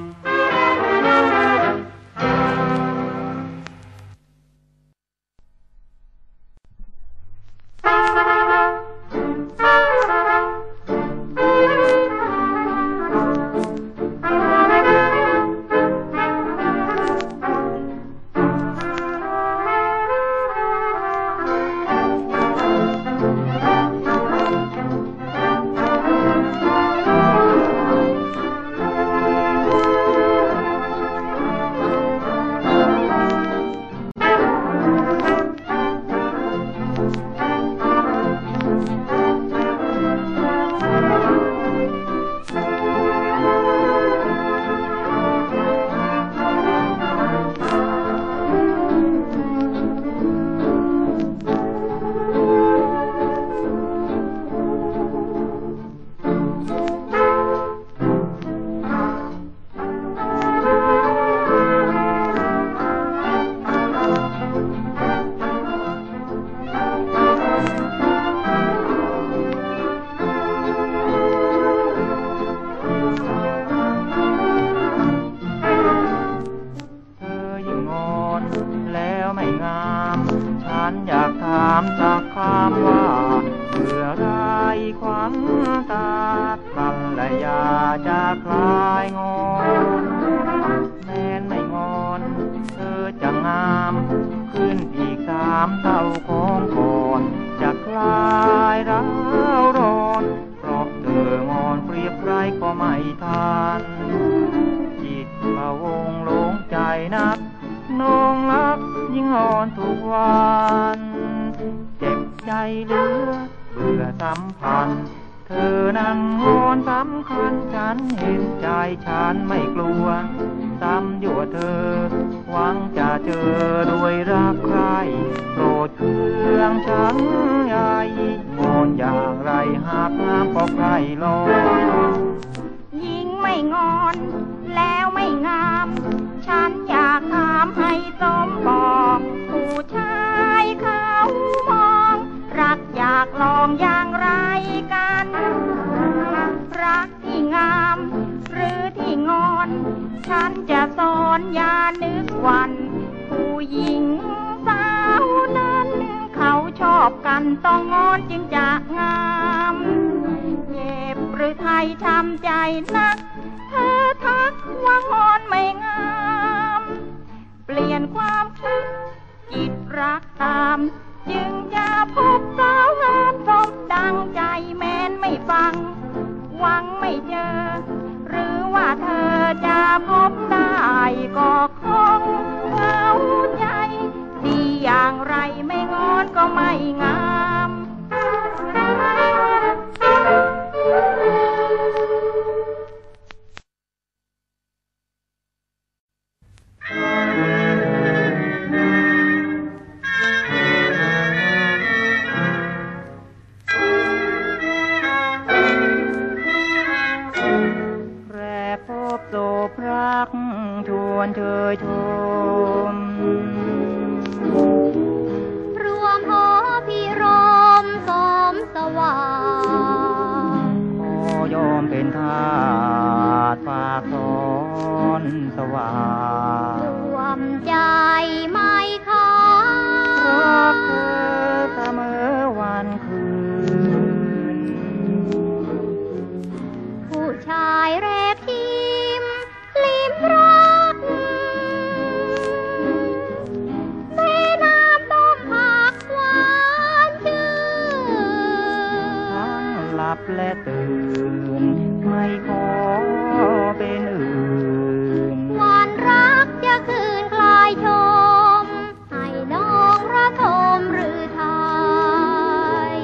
ลับและตื่นไม่ขอเป็นอื่นวันรักจะคืนคลายชมให้น้องระทมหรือไทย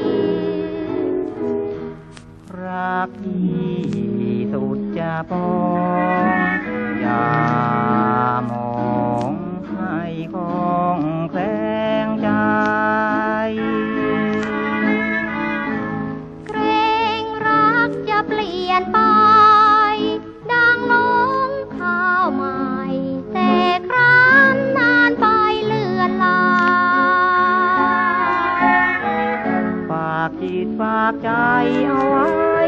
รักที่สุดจะปองอย่ามองให้ของแคลงใจเกรงรักจะเปลี่ยนไปดังลงข้าวใหม่แต่ครั้นนานไปเลือนลายฝากจิตฝากใจเอาไว้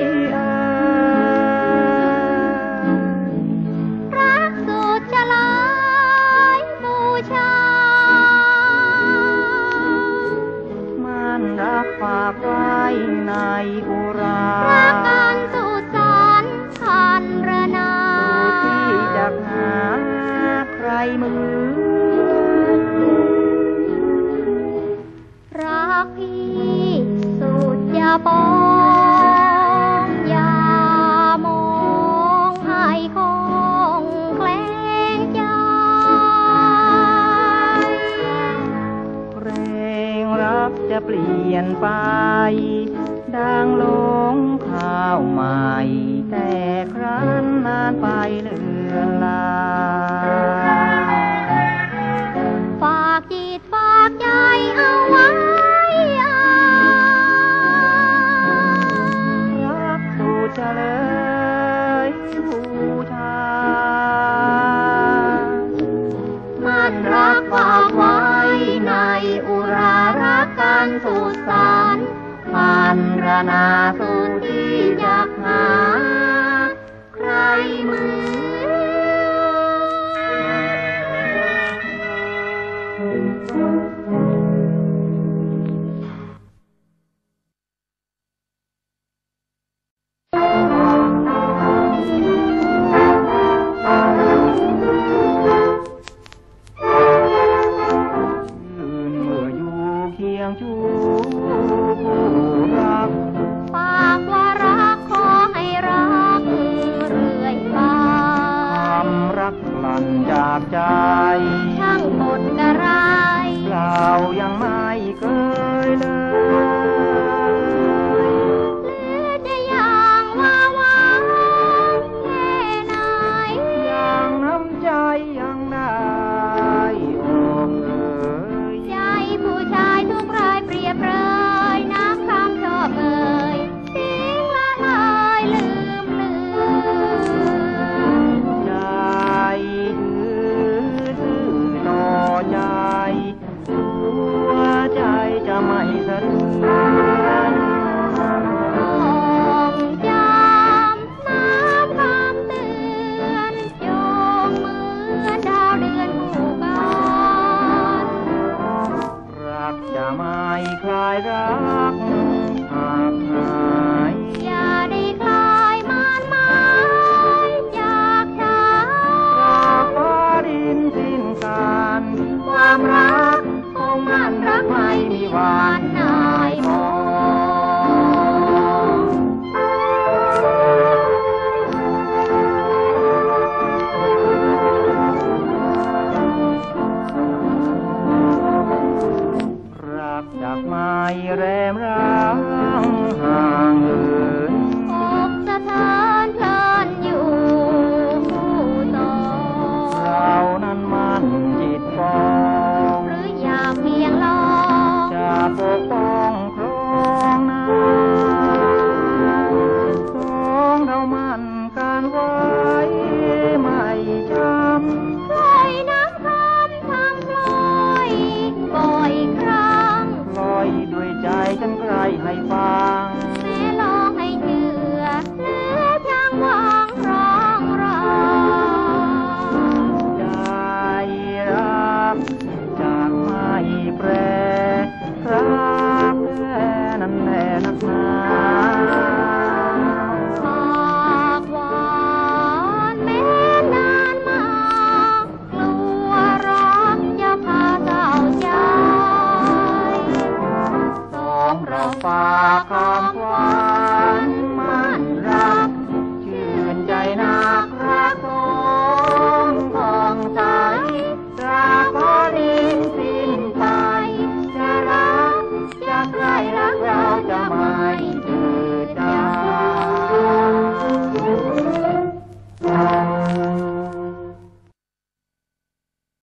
รักสุดจะหลายบูชามันรักฝากไว้ในอุรารักกันสุดสันพันรนาที่จะหาใครเหมือนรักพี่สุดจะปองอย่ามองให้ของแคลงใจเกรงรักจะเปลี่ยนไปดังลงข้าวใหม่แต่ครั้นนานไปเลือนลายฝากจิตฝากใจเอาไว้รักสุดจะเลยบูชามันรักฝากไว้ในอุรารักกันสุดสันพันรนาส